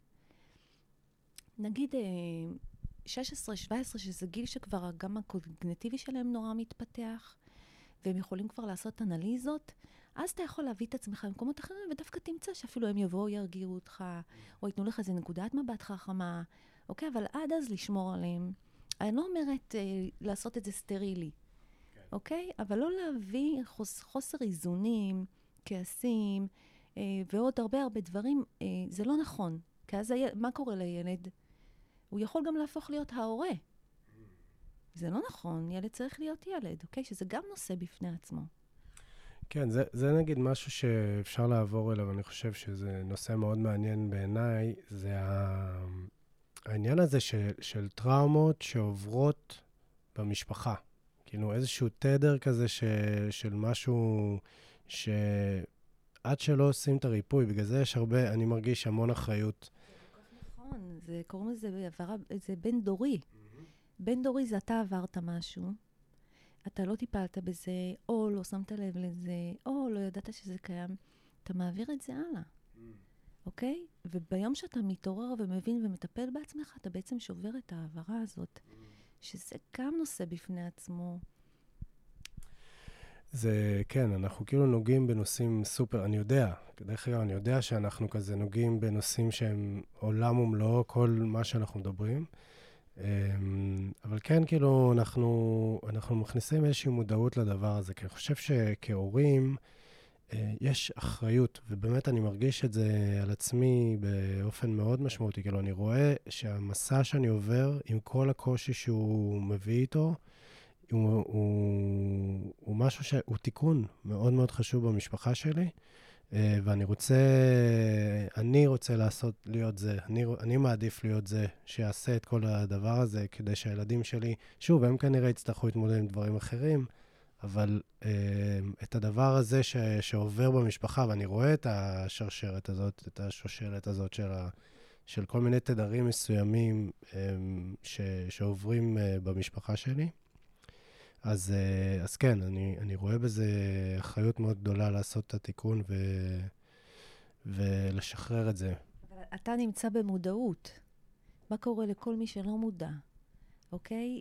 נגיד 16-17, שזה גיל שכבר גם הקוגניטיבי שלהם נורא מתפתח, והם יכולים כבר לעשות אנליזות, אז אתה יכול להביא את עצמך במקומות אחרים, ודווקא תמצא שאפילו הם יבואו, ירגיעו אותך, או ייתנו לך איזה נקודת מבט חכמה, אוקיי? אבל עד אז לשמור עליהם. אני לא אומרת לעשות את זה סטרילי, אוקיי? אבל לא להביא חוסר איזונים, כעסים, ועוד הרבה דברים, זה לא נכון. כי אז מה קורה לילד? הוא יכול גם להפוך להיות ההורה. זה לא נכון, ילד צריך להיות ילד, אוקיי? שזה גם נושא בפני עצמו. כן, זה נגיד משהו שאפשר לעבור אליו, אני חושב שזה נושא מאוד מעניין בעיניי, זה העניין הזה של טראומות שעוברות במשפחה. כאילו איזשהו תדר כזה של משהו שעד שלא עושים את הריפוי, בגלל זה יש הרבה, אני מרגיש המון אחריות. נכון, קוראים לזה זה בין דורי. בין דורי זה אתה עברת משהו, אתה לא טיפלת בזה, או לא שמת לב לזה, או לא ידעת שזה קיים, אתה מעביר את זה הלאה. אוקיי? וביום שאתה מתעורר ומבין ומטפל בעצמך, אתה בעצם שובר את העברה הזאת, שזה גם נושא בפני עצמו. זה, כן, אנחנו כאילו נוגעים בנושאים סופר, אני יודע, דרך אגב, אני יודע שאנחנו כזה נוגעים בנושאים שהם עולם ומלואו, כל מה שאנחנו מדברים. אבל כן, כאילו, אנחנו מכניסים איזושהי מודעות לדבר הזה, כי אני חושב שכהורים יש אחריות, ובאמת אני מרגיש את זה על עצמי באופן מאוד משמעותי, כאילו, אני רואה שהמסע שאני עובר, עם כל הקושי שהוא מביא איתו, הוא משהו שהוא תיקון מאוד מאוד חשוב במשפחה שלי, ואני רוצה להיות זה, אני מעדיף להיות זה שיעשה את כל הדבר הזה, כדי שהילדים שלי, שוב, הם כנראה יצטרכו להתמודד עם דברים אחרים, אבל את הדבר הזה שעובר במשפחה, ואני רואה את השרשרת הזאת, את השושלת הזאת של כל מיני תדרים מסוימים שעוברים במשפחה שלי, אז כן, אני רואה בזה אחריות מאוד גדולה לעשות את התיקון ולשחרר את זה. אבל אתה נמצא במודעות. מה קורה לכל מי שלא מודע? אוקיי?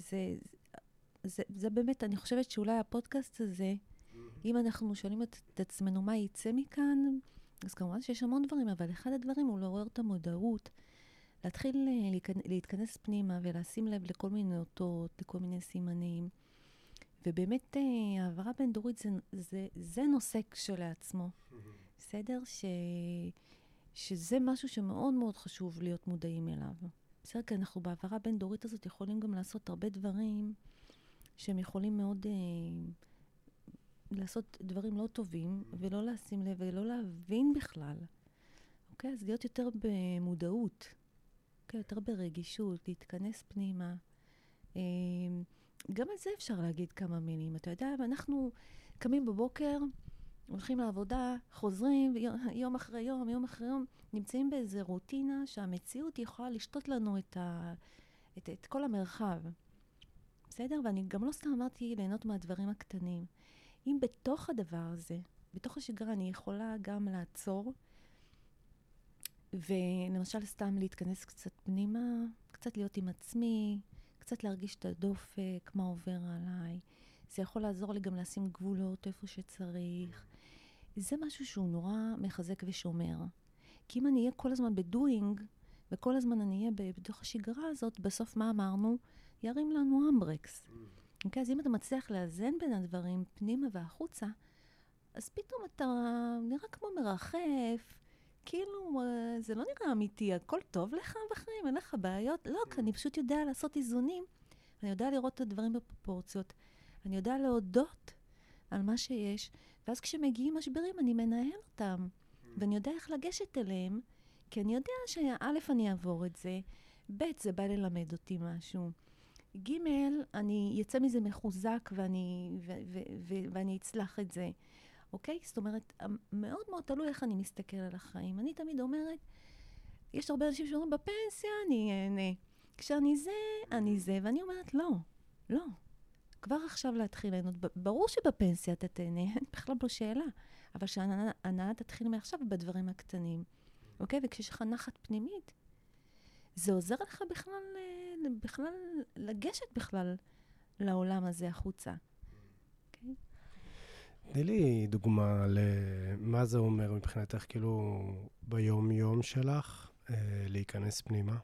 זה באמת, אני חושבת שאולי הפודקאסט הזה, אם אנחנו שואלים את עצמנו מה יצא מכאן, אז כמובן שיש המון דברים, אבל אחד הדברים הוא לעורר את המודעות, להתחיל להתכנס פנימה ולשים לב לכל מיני אותות, לכל מיני סימנים. ובאמת, העברה בין דורית זה נושא כשלעצמו. בסדר? שזה משהו שמאוד מאוד חשוב להיות מודעים אליו. בסדר? כי אנחנו בעברה בין דורית הזאת יכולים גם לעשות הרבה דברים שהם יכולים מאוד לעשות דברים לא טובים, ולא לשים לב ולא להבין בכלל. אוקיי? אז להיות יותר במודעות. אוקיי? יותר ברגישות, להתכנס פנימה. גם על זה אפשר להגיד כמה מילים. אתה יודע, ואנחנו קמים בבוקר, הולכים לעבודה, חוזרים, יום אחרי יום, יום אחרי יום, נמצאים באיזו רוטינה שהמציאות יכולה לשתות לנו את כל המרחב. בסדר? ואני גם לא סתם אמרתי ליהנות מהדברים הקטנים. אם בתוך הדבר הזה, בתוך השגרה, אני יכולה גם לעצור, ולמשל סתם להתכנס קצת פנימה, קצת להיות עם עצמי, קצת להרגיש את הדופק, מה עובר עליי. זה יכול לעזור לי גם לשים גבולות איפה שצריך. זה משהו שהוא נורא מחזק ושומר. כי אם אני אהיה כל הזמן בדואינג, וכל הזמן אני אהיה בתוך השגרה הזאת, בסוף מה אמרנו? ירים לנו אמברקס. אז אם אתה מצליח לאזן בין הדברים פנימה והחוצה, אז פתאום אתה נראה כמו מרחף, כאילו זה לא נראה אמיתי, הכל טוב לך בחיים, אין לך בעיות. לא, כי אני פשוט יודע לעשות איזונים, אני יודע לראות את הדברים בפרופורציות, אני יודע להודות על מה שיש, ואז כשמגיעים משברים אני מנהל אותם, ואני יודע איך לגשת אליהם, כי אני יודע שא' אני אעבור את זה, ב' זה בא ללמד אותי משהו, ג' אני יצא מזה מחוזק ואני אצלח את זה. אוקיי? זאת אומרת, מאוד מאוד תלוי איך אני מסתכל על החיים. אני תמיד אומרת, יש הרבה אנשים שאומרים, בפנסיה אני אהנה. כשאני זה, אני זה. ואני אומרת, לא, לא. כבר עכשיו להתחיל ליהנות. ברור שבפנסיה אתה תהנה, אין בכלל לא שאלה. אבל שההנאה תתחיל מעכשיו בדברים הקטנים. אוקיי? וכשיש לך נחת פנימית, זה עוזר לך בכלל לגשת בכלל לעולם הזה החוצה. אוקיי? תני לי דוגמה למה זה אומר מבחינתך, כאילו, ביום-יום שלך, להיכנס פנימה.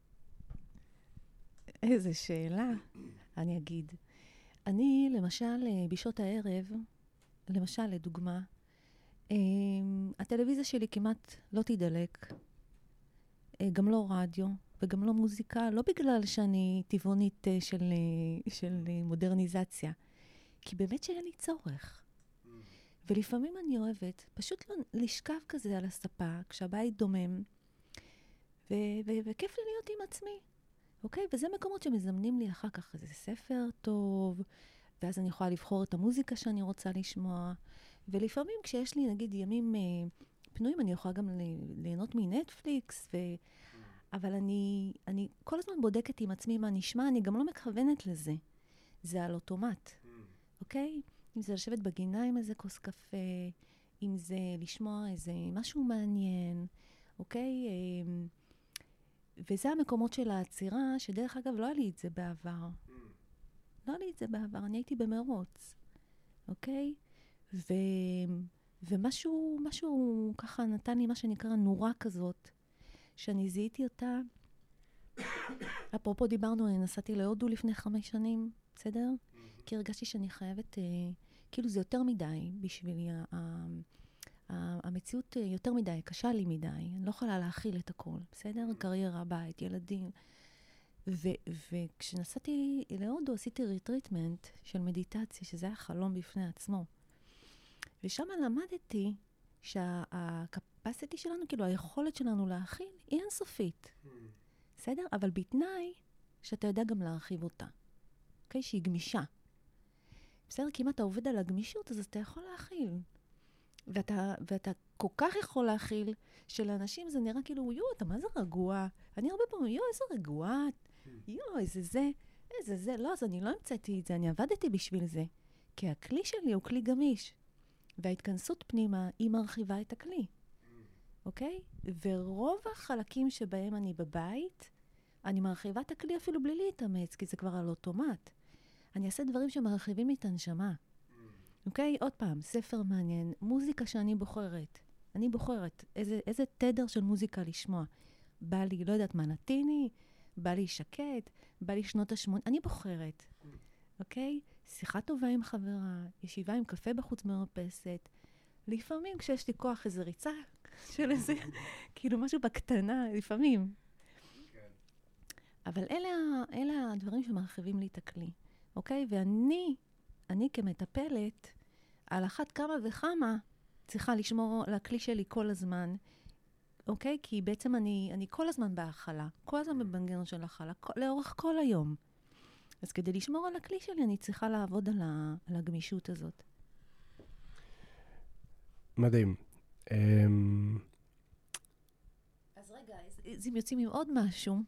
איזה שאלה, אני אגיד. אני, למשל, בשעות הערב, למשל, לדוגמה, הטלוויזיה שלי כמעט לא תדלק, גם לא רדיו וגם לא מוזיקה, לא בגלל שאני טבעונית של מודרניזציה, כי באמת שאין לי צורך. ולפעמים אני אוהבת פשוט לשכב כזה על הספה, כשהבית דומם, וכיף לי להיות עם עצמי. אוקיי? וזה מקומות שמזמנים לי אחר כך איזה ספר טוב, ואז אני יכולה לבחור את המוזיקה שאני רוצה לשמוע. ולפעמים כשיש לי, נגיד, ימים פנויים, אני יכולה גם ליהנות מנטפליקס, אבל אני כל הזמן בודקת עם עצמי מה נשמע, אני גם לא מכוונת לזה. זה על אוטומט. אוקיי? אם זה לשבת בגינה עם איזה כוס קפה, אם זה לשמוע איזה משהו מעניין, אוקיי? וזה המקומות של העצירה, שדרך אגב לא היה לי את זה בעבר. לא היה לי את זה בעבר, אני הייתי במרוץ, אוקיי? ומשהו ככה נתן לי מה שנקרא נורה כזאת, שאני זיהיתי אותה. אפרופו דיברנו, אני נסעתי להודו לפני 5 שנים, בסדר? כי הרגשתי שאני חייבת, כאילו זה יותר מדי בשבילי, המציאות יותר מדי, קשה לי מדי, אני לא יכולה להכיל את הכל, בסדר? קריירה, בית, ילדים. וכשנסעתי להודו, עשיתי ריטריטמנט של מדיטציה, שזה היה חלום בפני עצמו. ושם למדתי שהקפסיטי שלנו, כאילו היכולת שלנו להכיל, היא אינסופית. בסדר? אבל בתנאי שאתה יודע גם להרחיב אותה. אוקיי? שהיא גמישה. בסדר? כי אם אתה עובד על הגמישות, אז אתה יכול להכיל. ואתה כל כך יכול להכיל, שלאנשים זה נראה כאילו, אתה מה זה רגוע? אני הרבה פעמים, איזה רגוע? איזה זה. לא, אז אני לא המצאתי את זה, אני עבדתי בשביל זה. כי הכלי שלי הוא כלי גמיש. וההתכנסות פנימה, היא מרחיבה את הכלי. אוקיי? ורוב החלקים שבהם אני בבית, אני מרחיבה את הכלי אפילו בלי להתאמץ, כי זה כבר על אוטומט. אני אעשה דברים שמרחיבים את הנשמה. אוקיי? עוד פעם, ספר מעניין, מוזיקה שאני בוחרת. אני בוחרת איזה תדר של מוזיקה לשמוע. בא לי, לא יודעת מה, נתיני, בא לי שקט, בא לי שנות ה-80, אני בוחרת. אוקיי? שיחה טובה עם חברה, ישיבה עם קפה בחוץ מרפסת. לפעמים כשיש לי כוח איזו ריצה של איזה, כאילו משהו בקטנה, לפעמים. אבל אלה הדברים שמרחיבים לי את הכלי. אוקיי? ואני כמטפלת, על אחת כמה וכמה, צריכה לשמור על הכלי שלי כל הזמן. אוקיי? כי בעצם אני כל הזמן בהאכלה. כל הזמן במנגנון של האכלה. לאורך כל היום. אז כדי לשמור על הכלי שלי, אני צריכה לעבוד על הגמישות הזאת. מדהים. אז רגע, אז אם יוצאים עם עוד משהו,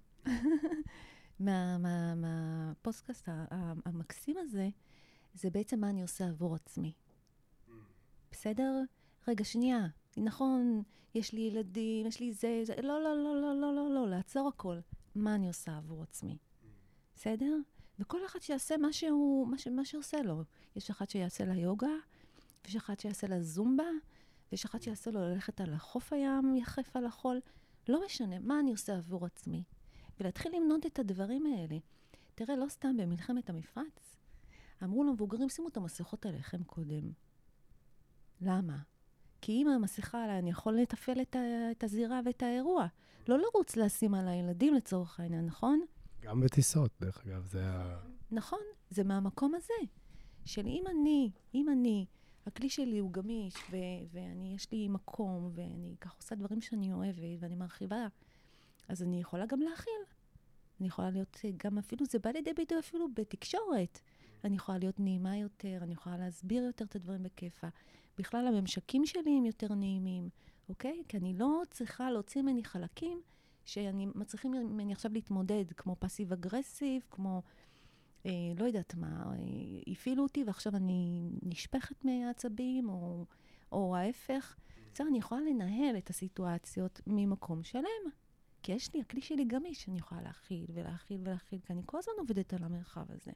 מהפודקאסט המקסים הזה, זה בעצם מה אני עושה עבור עצמי. בסדר? רגע, שנייה. נכון, יש לי ילדים, יש לי זה. לא, לעצור הכל. מה אני עושה עבור עצמי. בסדר? וכל אחד שיעשה מה שעושה לו. יש אחד שיעשה לה יוגה, ויש אחד שיעשה לה זומבה, ויש אחד שיעשה לו ללכת על החוף הים, יחף על החול. לא משנה, מה אני עושה עבור עצמי. ולהתחיל למנות את הדברים האלה. תראה, לא סתם במלחמת המפרץ, אמרו למבוגרים, שימו את המסכות עליכם קודם. למה? כי אם המסכה עליי, אני יכול לתפעל את הזירה ואת האירוע. לא לרוץ לשים על הילדים לצורך העניין, נכון? גם בטיסות, דרך אגב, זה נכון, זה מהמקום הזה. של אם אני, הכלי שלי הוא גמיש, יש לי מקום, ואני כך עושה דברים שאני אוהבת, ואני מרחיבה, אז אני יכולה גם להכיל. אני יכולה להיות גם אפילו, זה בא לידי ביטוי אפילו בתקשורת. אני יכולה להיות נעימה יותר, אני יכולה להסביר יותר את הדברים בכיפה. בכלל, הממשקים שלי הם יותר נעימים, אוקיי? כי אני לא צריכה להוציא ממני חלקים שאני מצליחים ממני עכשיו להתמודד, כמו פסיב אגרסיב, כמו, לא יודעת מה, הפעילו אותי ועכשיו אני נשפכת מהעצבים, או ההפך. בסדר, אני יכולה לנהל את הסיטואציות ממקום שלם. כי יש לי, הכלי שלי גמיש, שאני יכולה להכיל ולהכיל ולהכיל, כי אני כל הזמן עובדת על המרחב הזה.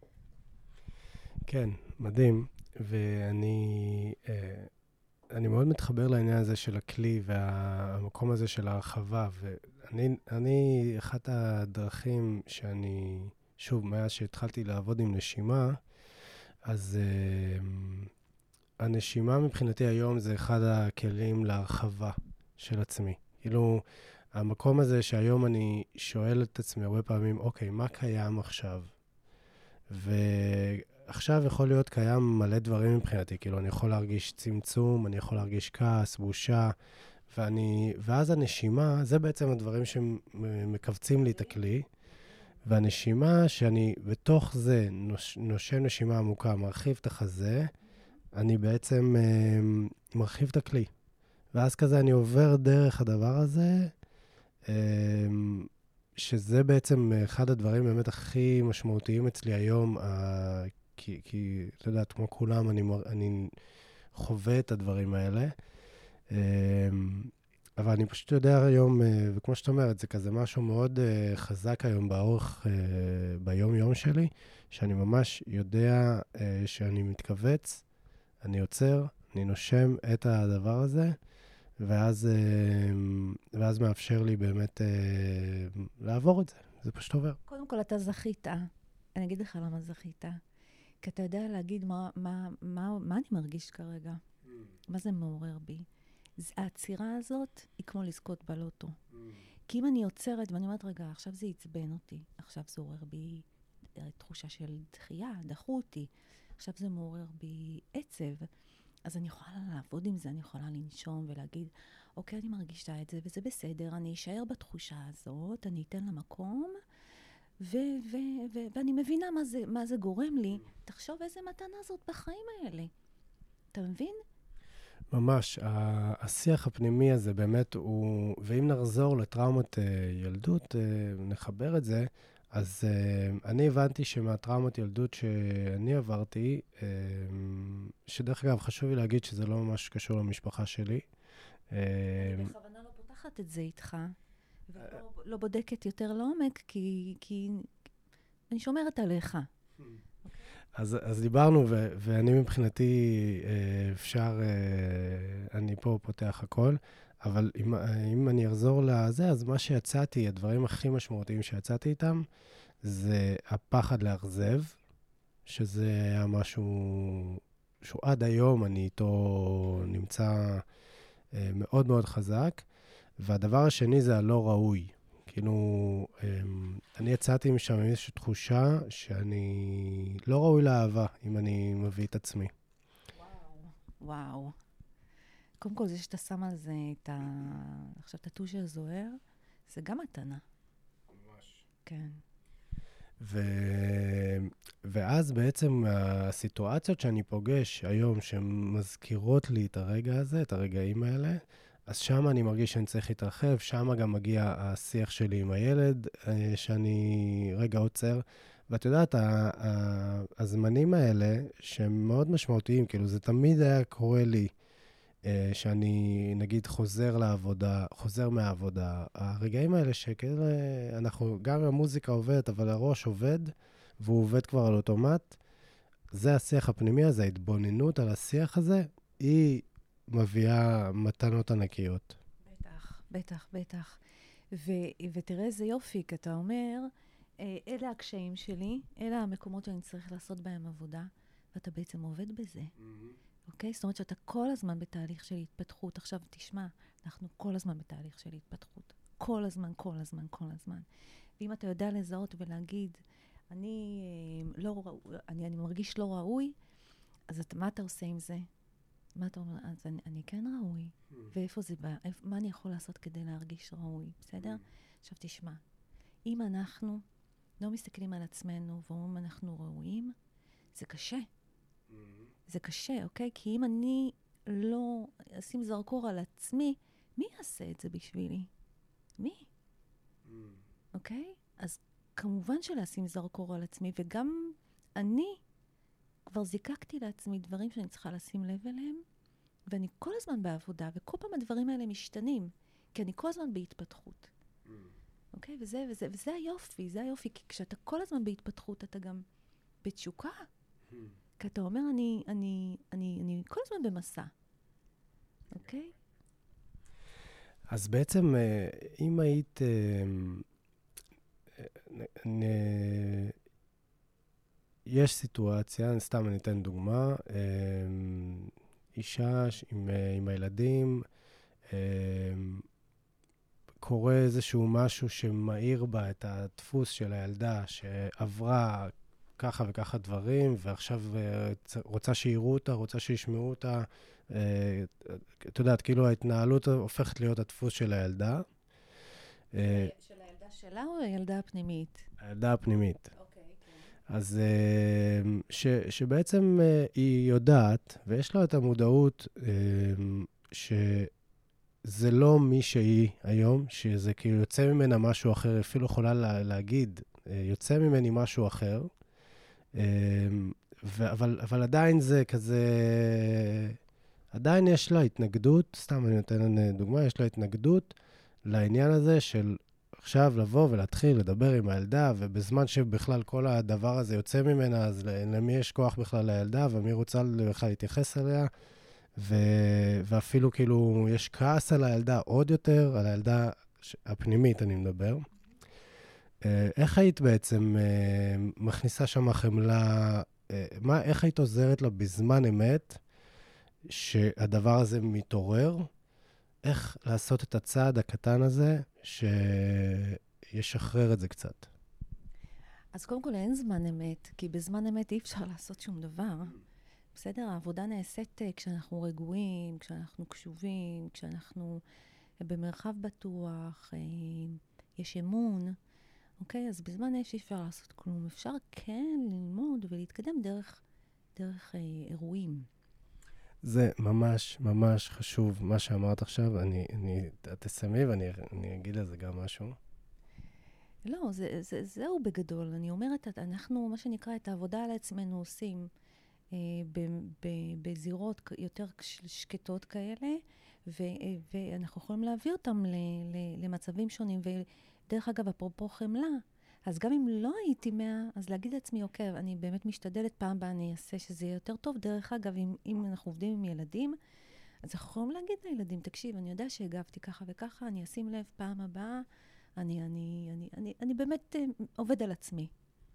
כן, מדהים. ואני מאוד מתחבר לעניין הזה של הכלי והמקום הזה של ההרחבה. ואני, אחת הדרכים שאני, שוב, מאז שהתחלתי לעבוד עם נשימה, אז הנשימה מבחינתי היום זה אחד הכלים להרחבה של עצמי. כאילו, המקום הזה שהיום אני שואל את עצמי הרבה פעמים, אוקיי, מה קיים עכשיו? ועכשיו יכול להיות קיים מלא דברים מבחינתי, כאילו אני יכול להרגיש צמצום, אני יכול להרגיש כעס, בושה, ואז הנשימה, זה בעצם הדברים שמקבצים לי את הכלי, והנשימה שאני בתוך זה נושם נשימה עמוקה, מרחיב את החזה, אני בעצם מרחיב את הכלי. ואז כזה אני עובר דרך הדבר הזה, שזה בעצם אחד הדברים באמת הכי משמעותיים אצלי היום, כי אתה יודעת, כמו כולם, אני חווה את הדברים האלה. אבל אני פשוט יודע היום, וכמו שאת אומרת, זה כזה משהו מאוד חזק היום באורך, ביום-יום שלי, שאני ממש יודע שאני מתכווץ, אני עוצר, אני נושם את הדבר הזה, ואז מאפשר לי באמת לעבור את זה. זה פשוט עובר. קודם כל, אתה זכית. אני אגיד לך למה זכית. כי אתה יודע להגיד מה אני מרגיש כרגע. מה זה מעורר בי. העצירה הזאת היא כמו לזכות בלוטו. כי אם אני עוצרת ואני אומרת, רגע, עכשיו זה יצבן אותי, עכשיו זה עורר בי תחושה של דחייה, דחו אותי, עכשיו זה מעורר בי עצב, אז אני יכולה לעבוד עם זה, אני יכולה לנשום ולהגיד, אוקיי, אני מרגישה את זה וזה בסדר, אני אשאר בתחושה הזאת, אני אתן לה מקום, ואני מבינה מה זה גורם לי. תחשוב איזה מתנה זאת בחיים האלה. אתה מבין? ממש, השיח הפנימי הזה באמת הוא, ואם נחזור לטראומות ילדות, נחבר את זה, אז אני הבנתי שמהטראומות ילדות שאני עברתי, שדרך אגב חשוב לי להגיד שזה לא ממש קשור למשפחה שלי. אני בכוונה לא פותחת את זה איתך, ולא בודקת יותר לעומק, כי אני שומרת עליך. אז דיברנו, ואני מבחינתי אפשר, אני פה פותח הכל, אבל אם אני אחזור לזה, אז מה שיצאתי, הדברים הכי משמעותיים שיצאתי איתם, זה הפחד לאכזב, שזה היה משהו שהוא עד היום אני איתו נמצא מאוד מאוד חזק, והדבר השני זה הלא ראוי. כאילו, אני יצאתי משם עם איזושהי תחושה שאני לא ראוי לאהבה, אם אני מביא את עצמי. וואו. קודם כל, זה שאתה שם על זה עכשיו את הטוש הזוהר, זה גם מתנה. ממש. כן. ואז בעצם הסיטואציות שאני פוגש היום, שמזכירות לי את הרגע הזה, את הרגעים האלה, אז שם אני מרגיש שאני צריך להתרחב, שם גם מגיע השיח שלי עם הילד, שאני רגע עוצר. ואת יודעת, הזמנים האלה, שהם מאוד משמעותיים, כאילו זה תמיד היה קורה לי, שאני נגיד חוזר לעבודה, חוזר מהעבודה. הרגעים האלה שכאילו אנחנו, גם המוזיקה עובדת, אבל הראש עובד, והוא עובד כבר על אוטומט. זה השיח הפנימי הזה, ההתבוננות על השיח הזה, היא מביאה מתנות ענקיות. בטח. ותראה איזה יופי, כי אתה אומר, אלה הקשיים שלי, אלה המקומות שאני צריך לעשות בהם עבודה, ואתה בעצם עובד בזה. אוקיי? זאת אומרת שאתה כל הזמן בתהליך של התפתחות. עכשיו תשמע, אנחנו כל הזמן בתהליך של התפתחות. כל הזמן. ואם אתה יודע לזהות ולהגיד, אני מרגיש לא ראוי, אז מה אתה עושה עם זה? מה אתה אומר? אז אני כן ראוי. ואיפה זה בא? מה אני יכול לעשות כדי להרגיש ראוי? בסדר? עכשיו תשמע, אם אנחנו לא מסתכלים על עצמנו ואומרים אנחנו ראויים, זה קשה. זה קשה, אוקיי? כי אם אני לא אשים זרקור על עצמי, מי יעשה את זה בשבילי? מי? אוקיי? אז כמובן שלשים זרקור על עצמי, וגם אני כבר זיקקתי לעצמי דברים שאני צריכה לשים לב אליהם, ואני כל הזמן בעבודה, וכל פעם הדברים האלה משתנים, כי אני כל הזמן בהתפתחות. אוקיי? וזה היופי, כי כשאתה כל הזמן בהתפתחות, אתה גם בתשוקה. כי אתה אומר, אני כל הזמן במסע. אוקיי? אז בעצם, אם היית... יש סיטואציה, סתם אני אתן דוגמה, אישה עם הילדים, קורה איזשהו משהו שמאיר בה את הדפוס של הילדה, שעברה ככה וככה דברים, ועכשיו רוצה שיראו אותה, רוצה שישמעו אותה. את יודעת, כאילו ההתנהלות הופכת להיות הדפוס של הילדה. של הילדה שלה או הילדה הפנימית? הילדה הפנימית. אוקיי, כן. אז שבעצם היא יודעת, ויש לה את המודעות שזה לא מי שהיא היום, שזה כאילו יוצא ממנה משהו אחר, אפילו יכולה להגיד, יוצא ממני משהו אחר, אבל עדיין זה כזה, עדיין יש לה התנגדות, סתם אני נותן דוגמה, יש לה התנגדות לעניין הזה של עכשיו לבוא ולהתחיל לדבר עם הילדה, ובזמן שבכלל כל הדבר הזה יוצא ממנה, אז למי יש כוח בכלל לילדה, ומי רוצה בכלל להתייחס אליה, ואפילו כאילו יש כעס על הילדה עוד יותר, על הילדה הפנימית אני מדבר. איך היית בעצם מכניסה שם חמלה, איך היית עוזרת לה בזמן אמת, שהדבר הזה מתעורר, איך לעשות את הצעד הקטן הזה, שישחרר את זה קצת? אז קודם כל אין זמן אמת, כי בזמן אמת אי אפשר לעשות שום דבר. בסדר? העבודה נעשית כשאנחנו רגועים, כשאנחנו קשובים, כשאנחנו במרחב בטוח, יש אמון. אוקיי? אז בזמן אש אי אפשר לעשות כלום. אפשר כן ללמוד ולהתקדם דרך אירועים. זה ממש ממש חשוב מה שאמרת עכשיו. תסיימי ואני אגיד לזה גם משהו. לא, זהו בגדול. אני אומרת, אנחנו, מה שנקרא, את העבודה על עצמנו עושים בזירות יותר שקטות כאלה, ואנחנו יכולים להביא אותם למצבים שונים. ודרך אגב, אפרופו חמלה, אז גם אם לא הייתי 100, אז להגיד לעצמי, אוקיי, אני באמת משתדלת, פעם הבאה אני אעשה שזה יהיה יותר טוב. דרך אגב, אם אנחנו עובדים עם ילדים, אז אנחנו יכולים להגיד לילדים, תקשיב, אני יודע שהגבתי ככה וככה, אני אשים לב פעם הבאה, אני באמת עובד על עצמי.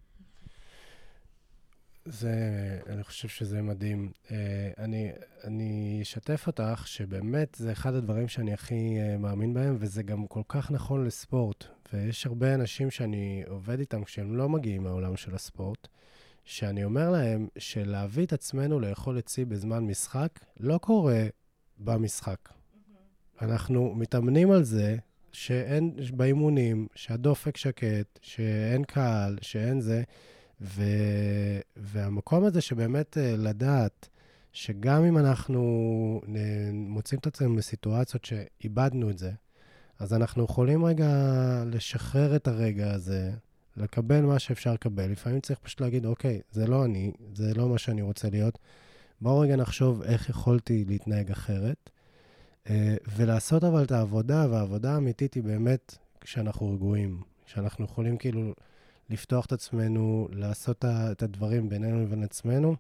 אני חושב שזה מדהים. אני אשתף אותך שבאמת זה אחד הדברים שאני הכי מאמין בהם, וזה גם כל כך נכון לספורט. ויש הרבה אנשים שאני עובד איתם כשהם לא מגיעים מהעולם של הספורט, שאני אומר להם שלהביא את עצמנו לאכול עצי בזמן משחק, לא קורה במשחק. אנחנו מתאמנים על זה שאין באימונים, שהדופק שקט, שאין קהל, שאין זה, והמקום הזה שבאמת לדעת שגם אם אנחנו מוצאים את עצמנו בסיטואציות שאיבדנו את זה, אז אנחנו יכולים רגע לשחרר את הרגע הזה, לקבל מה שאפשר לקבל. לפעמים צריך פשוט להגיד, אוקיי, זה לא אני, זה לא מה שאני רוצה להיות. בואו רגע נחשוב איך יכולתי להתנהג אחרת, ולעשות אבל את העבודה, והעבודה האמיתית היא באמת כשאנחנו רגועים, כשאנחנו יכולים כאילו לפתוח את עצמנו, לעשות את הדברים בינינו לבין עצמנו,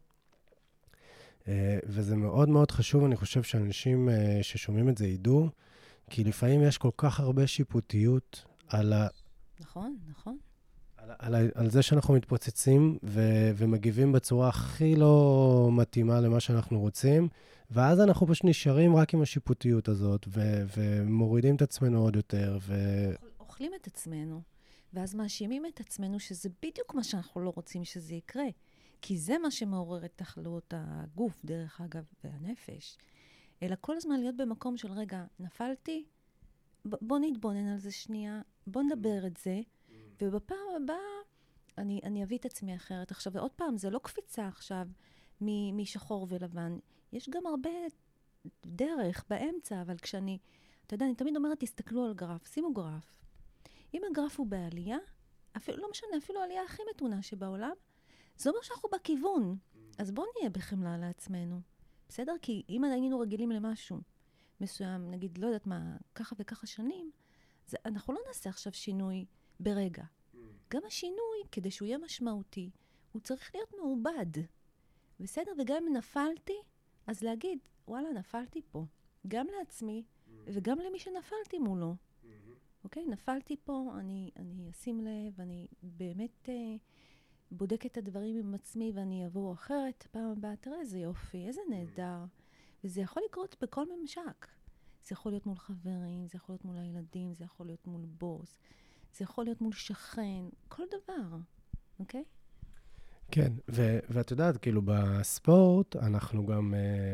וזה מאוד מאוד חשוב, אני חושב שאנשים ששומעים את זה ידעו, כי לפעמים יש כל כך הרבה שיפוטיות על נכון, נכון. על זה שאנחנו מתפוצצים ומגיבים בצורה הכי לא מתאימה למה שאנחנו רוצים, ואז אנחנו פשוט נשארים רק עם השיפוטיות הזאת, ומורידים את עצמנו עוד יותר. אוכלים את עצמנו, ואז מאשימים את עצמנו שזה בדיוק מה שאנחנו לא רוצים שזה יקרה. כי זה מה שמעורר את תחלואות הגוף, דרך אגב, והנפש. אלא כל הזמן להיות במקום של רגע, נפלתי, בוא נתבונן על זה שנייה, בוא נדבר את זה, ובפעם הבאה אני אביא את עצמי אחרת. עכשיו, ועוד פעם, זה לא קפיצה עכשיו משחור ולבן. יש גם הרבה דרך באמצע, אבל כשאני, אתה יודע, אני תמיד אומרת, תסתכלו על גרף, שימו גרף. אם הגרף הוא בעלייה, אפילו, לא משנה, אפילו העלייה הכי מתונה שבעולם, זה אומר שאנחנו בכיוון. אז בואו נהיה בחמלה לעצמנו. בסדר? כי אם היינו רגילים למשהו מסוים, נגיד, לא יודעת מה, ככה וככה שנים, אנחנו לא נעשה עכשיו שינוי ברגע. גם השינוי, כדי שהוא יהיה משמעותי, הוא צריך להיות מעובד. בסדר? וגם אם נפלתי, אז להגיד, וואלה, נפלתי פה. גם לעצמי, וגם למי שנפלתי מולו. אוקיי? נפלתי פה, אני אשים לב, אני באמת בודק את הדברים עם עצמי, ואני אעבור אחרת פעם הבאה. תראה איזה יופי, איזה נהדר. וזה יכול לקרות בכל ממשק. זה יכול להיות מול חברים, זה יכול להיות מול הילדים, זה יכול להיות מול בוס, זה יכול להיות מול שכן, כל דבר, אוקיי? כן, ואת יודעת, כאילו בספורט אנחנו גם,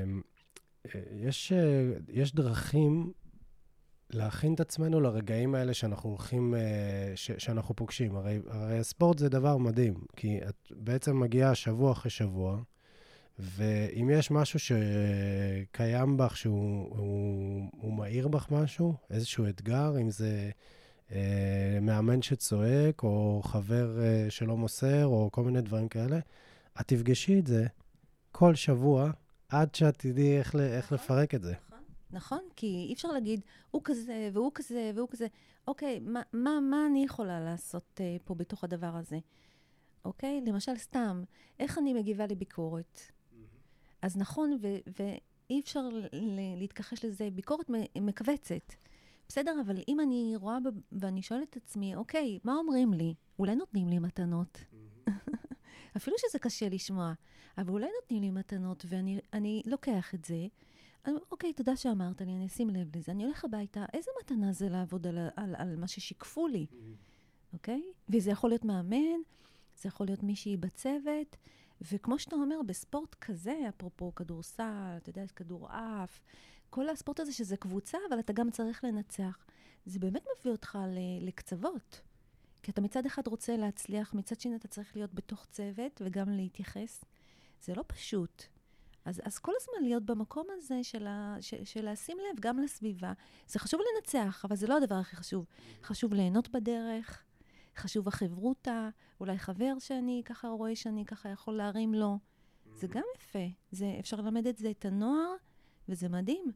יש דרכים להכין את עצמנו לרגעים האלה שאנחנו הולכים, שאנחנו פוגשים. הרי הספורט זה דבר מדהים, כי את בעצם מגיעה שבוע אחרי שבוע, ואם יש משהו שקיים בך, שהוא מאיר בך משהו, איזשהו אתגר, אם זה מאמן שצועק, או חבר שלא מוסר, או כל מיני דברים כאלה, את תפגשי את זה כל שבוע, עד שאת תדעי איך לפרק את זה. נכון, כי אי אפשר להגיד, הוא כזה, והוא כזה, והוא כזה. אוקיי, מה אני יכולה לעשות פה בתוך הדבר הזה? אוקיי? למשל, סתם, איך אני מגיבה לביקורת? אז נכון, ואי אפשר להתכחש לזה, ביקורת מכווצת. בסדר, אבל אם אני רואה ואני שואלת את עצמי, אוקיי, מה אומרים לי? אולי נותנים לי מתנות? אפילו שזה קשה לשמוע, אבל אולי נותנים לי מתנות, ואני לוקח את זה. אוקיי, תודה שאמרת לי, אני אשים לב לזה. אני הולך הביתה, איזה מתנה זה לעבוד על מה ששיקפו לי? אוקיי? וזה יכול להיות מאמן, זה יכול להיות מישהי בצוות, וכמו שאתה אומר, בספורט כזה, אפרופו כדורסל, אתה יודע, כדור אף, כל הספורט הזה שזה קבוצה, אבל אתה גם צריך לנצח. זה באמת מביא אותך לקצוות. כי אתה מצד אחד רוצה להצליח, מצד שני אתה צריך להיות בתוך צוות וגם להתייחס. זה לא פשוט. אז כל הזמן להיות במקום הזה של לשים לב גם לסביבה. זה חשוב לנצח, אבל זה לא הדבר הכי חשוב. חשוב ליהנות בדרך, חשוב החברותה, אולי חבר שאני ככה רואה שאני ככה יכול להרים לו. זה גם יפה. אפשר ללמד את זה את הנוער, וזה מדהים.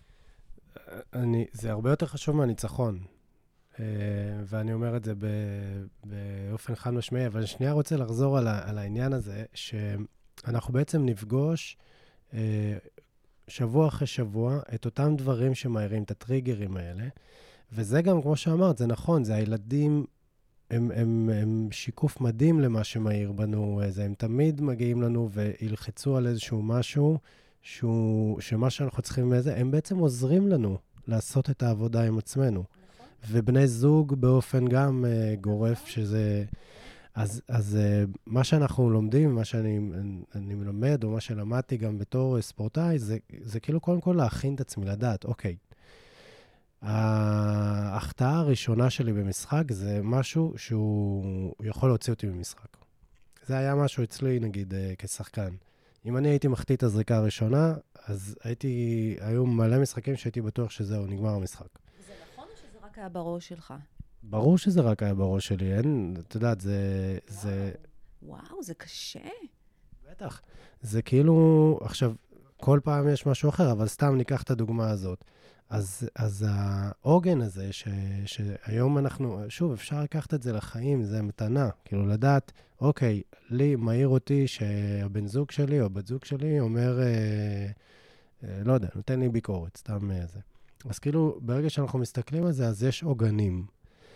זה הרבה יותר חשוב מהניצחון. ואני אומר את זה באופן חד משמעי, אבל שנייה רוצה לחזור על העניין הזה, שאנחנו בעצם נפגוש שבוע אחרי שבוע את אותם דברים שמאירים את הטריגרים האלה, וזה גם, כמו שאמרת, זה נכון, זה הילדים, הם שיקוף מדהים למה שמאיר בנו, הם תמיד מגיעים לנו וילחצו על איזשהו משהו, שמה שאנחנו צריכים לזה, הם בעצם עוזרים לנו לעשות את העבודה עם עצמנו. ובני זוג באופן גם גורף, שזה... אז מה שאנחנו לומדים, מה שאני מלמד, או מה שלמדתי גם בתור ספורטאי, זה כאילו קודם כל להכין את עצמי, לדעת, אוקיי, ההחטאה הראשונה שלי במשחק זה משהו שהוא יכול להוציא אותי במשחק. זה היה משהו אצלי, נגיד, כשחקן. אם אני הייתי מחטיא את הזריקה הראשונה, אז היו מלא משחקים שהייתי בטוח שזהו, נגמר המשחק. זה נכון או שזה רק היה בראש שלך? ברור שזה רק היה בראש שלי, אין, את יודעת, זה... וואו, זה קשה. בטח. זה כאילו, עכשיו, כל פעם יש משהו אחר, אבל סתם ניקח את הדוגמה הזאת. אז העוגן הזה, שהיום אנחנו, שוב, אפשר לקחת את זה לחיים, זה מתנה. כאילו לדעת, אוקיי, לי מעיר אותי שהבן זוג שלי או בת זוג שלי אומר, לא יודע, נותן לי ביקורת, סתם זה. אז כאילו, ברגע שאנחנו מסתכלים על זה, אז יש עוגנים.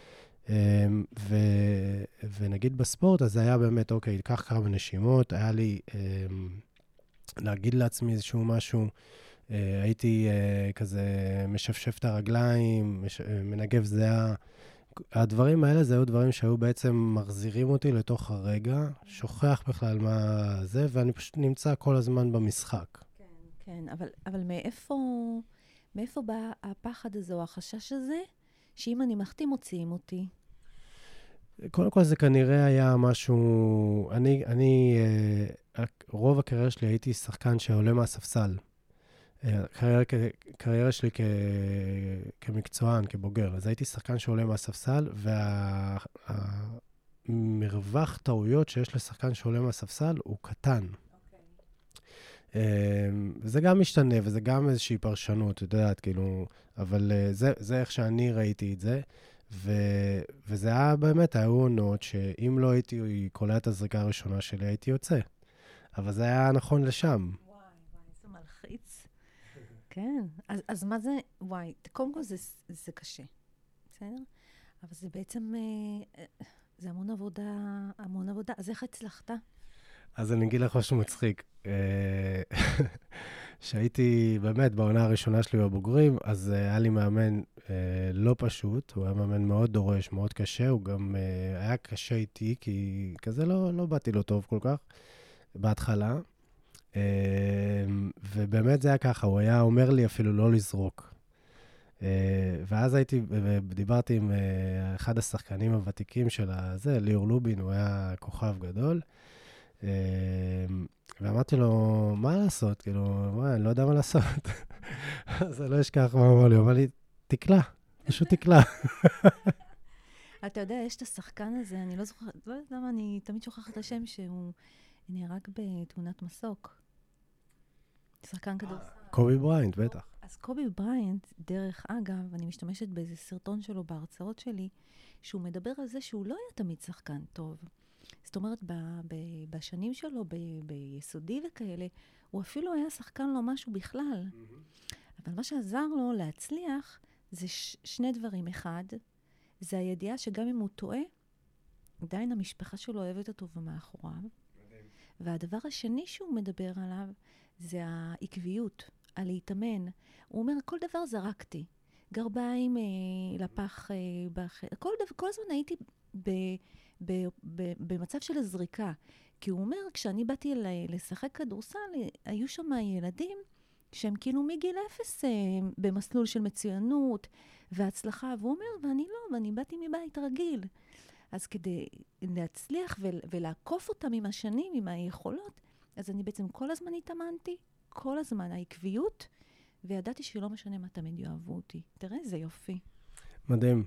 ונגיד בספורט, אז זה היה באמת, אוקיי, לקח כמה נשימות, היה לי להגיד לעצמי איזשהו משהו, הייתי כזה משפשף את הרגליים, מנגב זהה. הדברים האלה זה היו דברים שהיו בעצם מחזירים אותי לתוך הרגע, שוכח בכלל מה זה, ואני פשוט נמצא כל הזמן במשחק. כן, כן, אבל מאיפה בא הפחד הזה או החשש הזה, שאם אני מחטיא מוציאים אותי? קודם כל זה כנראה היה משהו, רוב הקריירה שלי הייתי שחקן שעולה מהספסל. הקריירה שלי כמקצוען, כבוגר, אז הייתי שחקן שעולה מהספסל, והמרווח טעויות שיש לשחקן שעולה מהספסל הוא קטן. וזה גם משתנה, וזה גם איזושהי פרשנות, את יודעת, כאילו, אבל זה איך שאני ראיתי את זה, וזה היה באמת, היו עונות שאם לא הייתי קולע את הזריקה הראשונה שלי, הייתי יוצא. אבל זה היה נכון לשם. וואי, איזה מלחיץ. כן, אז מה זה, וואי, קודם כל זה קשה, בסדר? אבל זה בעצם, זה המון עבודה, אז איך הצלחת? אז אני אגיד לך משהו מצחיק. שהייתי באמת בעונה הראשונה שלי בבוגרים, אז היה לי מאמן לא פשוט, הוא היה מאמן מאוד דורש, מאוד קשה, הוא גם היה קשה איתי, כי כזה לא באתי לו טוב כל כך, בהתחלה. ובאמת זה היה ככה, הוא היה אומר לי אפילו לא לזרוק. ואז דיברתי עם אחד השחקנים הוותיקים של הזה, ליאור לובין, הוא היה כוכב גדול, ואמרתי לו, מה לעשות? כאילו, אני לא יודע מה לעשות. אז אני לא אשכח מה אמר לי, הוא אמר לי, תקלה, פשוט תקלה. אתה יודע, יש את השחקן הזה, אני לא זוכרת, לא יודעת למה, אני תמיד שוכחת את השם שהוא נהרג בתאונת מסוק. שחקן כדורסל. קובי בריינט, בטח. אז קובי בריינט, דרך אגב, אני משתמשת באיזה סרטון שלו בהרצאות שלי, שהוא מדבר על זה שהוא לא היה תמיד שחקן טוב. זאת אומרת, בשנים שלו, ביסודי וכאלה, הוא אפילו היה שחקן לא משהו בכלל. אבל מה שעזר לו להצליח, זה שני דברים. אחד, זה הידיעה שגם אם הוא טועה, עדיין המשפחה שלו אוהבת אותו ומאחוריו. והדבר השני שהוא מדבר עליו, זה העקביות, על להתאמן. הוא אומר, כל דבר זרקתי. גרביים, לפח, כל הזמן הייתי במצב של הזריקה. כי הוא אומר, כשאני באתי לשחק כדורסל, היו שם ילדים שהם כאילו מגיל 0 במסלול של מצוינות והצלחה, והוא אומר, ואני לא, ואני באתי מבית רגיל. אז כדי להצליח ולעקוף אותם עם השנים, עם היכולות, אז אני בעצם כל הזמן התאמנתי, כל הזמן העקביות, וידעתי שלא משנה מה תמיד יאהבו אותי. תראה, זה יופי. מדהים.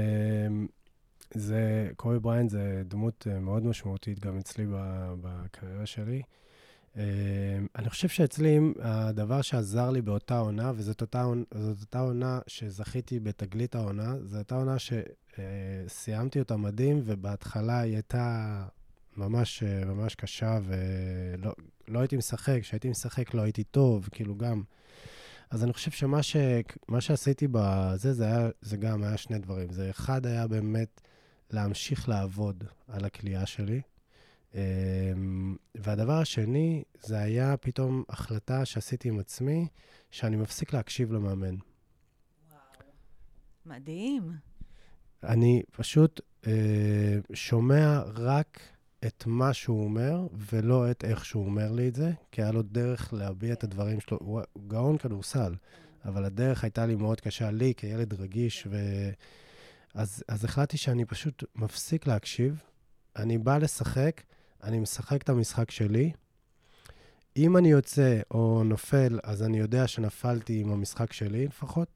קובי בריינט זה דמות מאוד משמעותית גם אצלי בקריירה שלי. אני חושב שאצלי הדבר שעזר לי באותה עונה, וזאת אותה עונה שזכיתי בתגלית העונה, זו אותה עונה שסיימתי אותה מדהים, ובהתחלה היא הייתה ממש קשה, ולא הייתי משחק, כשהייתי משחק לא הייתי טוב, כאילו גם. אז אני חושב שמה שעשיתי בזה, זה גם היה שני דברים. זה אחד היה באמת להמשיך לעבוד על הקליעה שלי, והדבר השני, זה היה פתאום החלטה שעשיתי עם עצמי, שאני מפסיק להקשיב למאמן. וואו, מדהים. אני פשוט שומע רק את מה שהוא אומר, ולא את איך שהוא אומר לי את זה, כי היה לו דרך להביע את הדברים שלו. הוא גאון כדורסל, אבל הדרך הייתה לי מאוד קשה לי, כילד רגיש, אז החלטתי שאני פשוט מפסיק להקשיב, אני בא לשחק, אני משחק את המשחק שלי. אם אני יוצא או נופל, אז אני יודע שנפלתי עם המשחק שלי לפחות.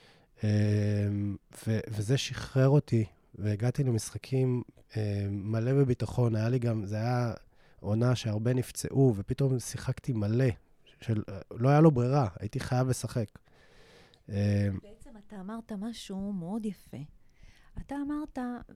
וזה שחרר אותי, והגעתי למשחקים מלא בביטחון. היה לי גם, זה היה עונה שהרבה נפצעו, ופתאום שיחקתי מלא. לא היה לו ברירה, הייתי חייב לשחק. בעצם אתה אמרת משהו מאוד יפה. אתה אמרת,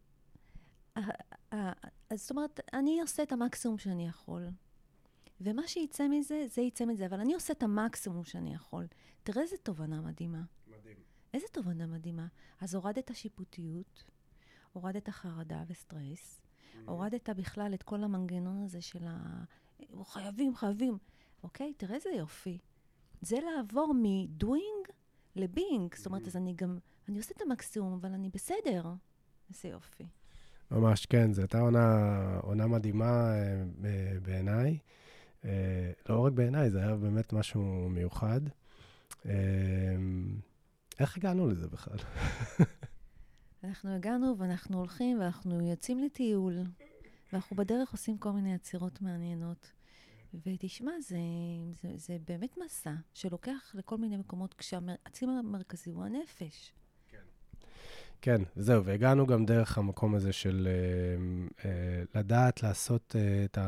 זאת אומרת, אני עושה את המקסימום שאני יכול. ומה שיצא מזה, זה יצא מזה, אבל אני עושה את המקסימום שאני יכול. תראה איזה תובנה מדהימה. מדהים. איזה תובנה מדהימה. אז הורדת שיפוטיות, הורדת חרדה וסטרס, הורדת בכלל את כל המנגנון הזה של חייבים. אוקיי? תראה איזה יופי. זה לעבור מ-doing ל-being. זאת אומרת, אז אני עושה את המקסימום, אבל אני בסדר. איזה יופי. ממש כן, זו הייתה עונה מדהימה בעיניי. לא רק בעיניי, זה היה באמת משהו מיוחד. איך הגענו לזה בכלל? אנחנו הגענו ואנחנו הולכים ואנחנו יוצאים לטיול, ואנחנו בדרך עושים כל מיני יצירות מעניינות. ותשמע, זה באמת מסע שלוקח לכל מיני מקומות, כשהציר המרכזי הוא הנפש. כן, זהו, והגענו גם דרך המקום הזה של לדעת לעשות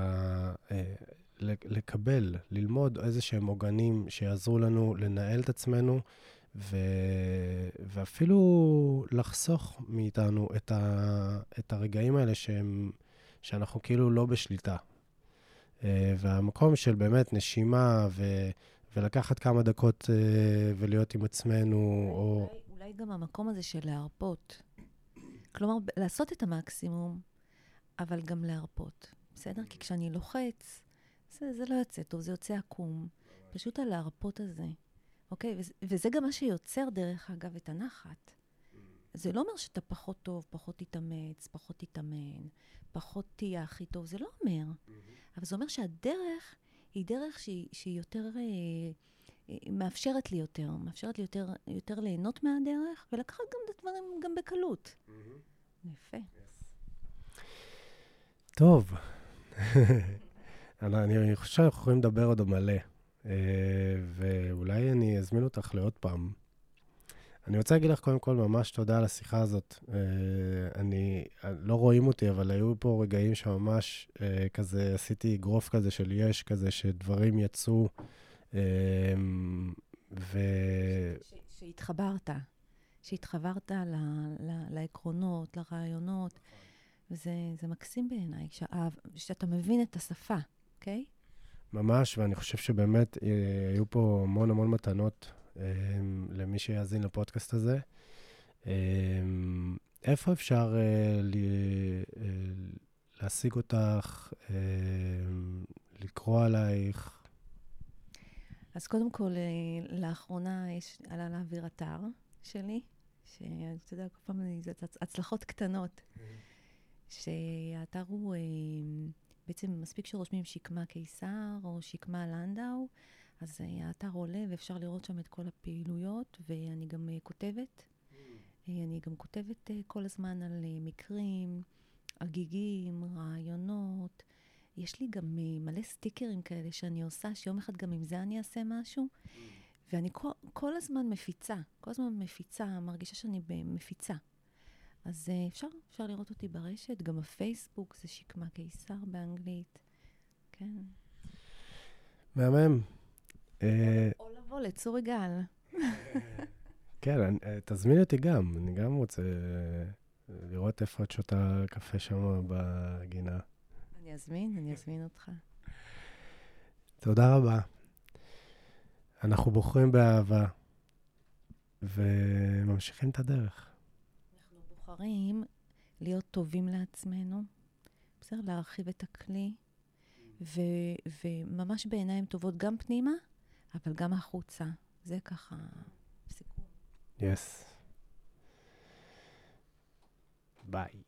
לקבל, ללמוד איזה שהם עוגנים שיעזרו לנו לנהל את עצמנו, ואפילו לחסוך מאיתנו את הרגעים האלה שאנחנו כאילו לא בשליטה. והמקום של באמת נשימה ולקחת כמה דקות ולהיות עם עצמנו, או... אולי גם המקום הזה של להרפות. כלומר, לעשות את המקסימום, אבל גם להרפות. בסדר? כי כשאני לוחץ, זה לא יוצא טוב, זה יוצא עקום. פשוט הלהרפות הזה. אוקיי? וזה גם מה שיוצר, דרך אגב, את הנחת. זה לא אומר שאתה פחות טוב, פחות תתאמץ, פחות תתאמן, פחות תהיה הכי טוב. זה לא אומר. אבל זה אומר שהדרך היא דרך שהיא יותר... מאפשרת לי יותר ליהנות מהדרך, ולקחת גם את הדברים גם בקלות. יפה. טוב. אני חושב שאנחנו יכולים לדבר עוד מלא, ואולי אני אזמין אותך לעוד פעם. אני רוצה להגיד לך קודם כל ממש תודה על השיחה הזאת. לא רואים אותי, אבל היו פה רגעים שממש כזה, עשיתי אגרוף כזה של יש, כזה שדברים יצאו, שהתחברת לעקרונות, לרעיונות, וזה מקסים בעיניי, שאתה מבין את השפה, אוקיי? ממש, ואני חושב שבאמת היו פה המון המון מתנות למי שיאזין לפודקאסט הזה. איפה אפשר להשיג אותך, לקרוא עלייך? אז קודם כל, לאחרונה עלה להעביר אתר שלי, שאתה יודע, כל פעם זה הצלחות קטנות, שהאתר הוא בעצם מספיק שרושמים שקמה קיסר או שקמה לנדאו, אז האתר עולה ואפשר לראות שם את כל הפעילויות, ואני גם כותבת. אני גם כותבת כל הזמן על מקרים, הגיגים, רעיונות. יש לי גם מלא סטיקרים כאלה שאני עושה, שיום אחד גם עם זה אני אעשה משהו. ואני כל הזמן מפיצה, מרגישה שאני מפיצה. אז אפשר לראות אותי ברשת, גם הפייסבוק זה שקמה קיסר באנגלית. כן. מהמם. או לבוא לצור יגאל. כן, תזמין אותי גם. אני גם רוצה לראות איפה את שותה קפה שם בגינה. אני אזמין אותך. תודה רבה. אנחנו בוחרים באהבה וממשיכים את הדרך. אנחנו בוחרים להיות טובים לעצמנו, בסדר, להרחיב את הכלי, וממש בעיניים טובות גם פנימה, אבל גם החוצה. זה ככה סיכום. Yes. ביי.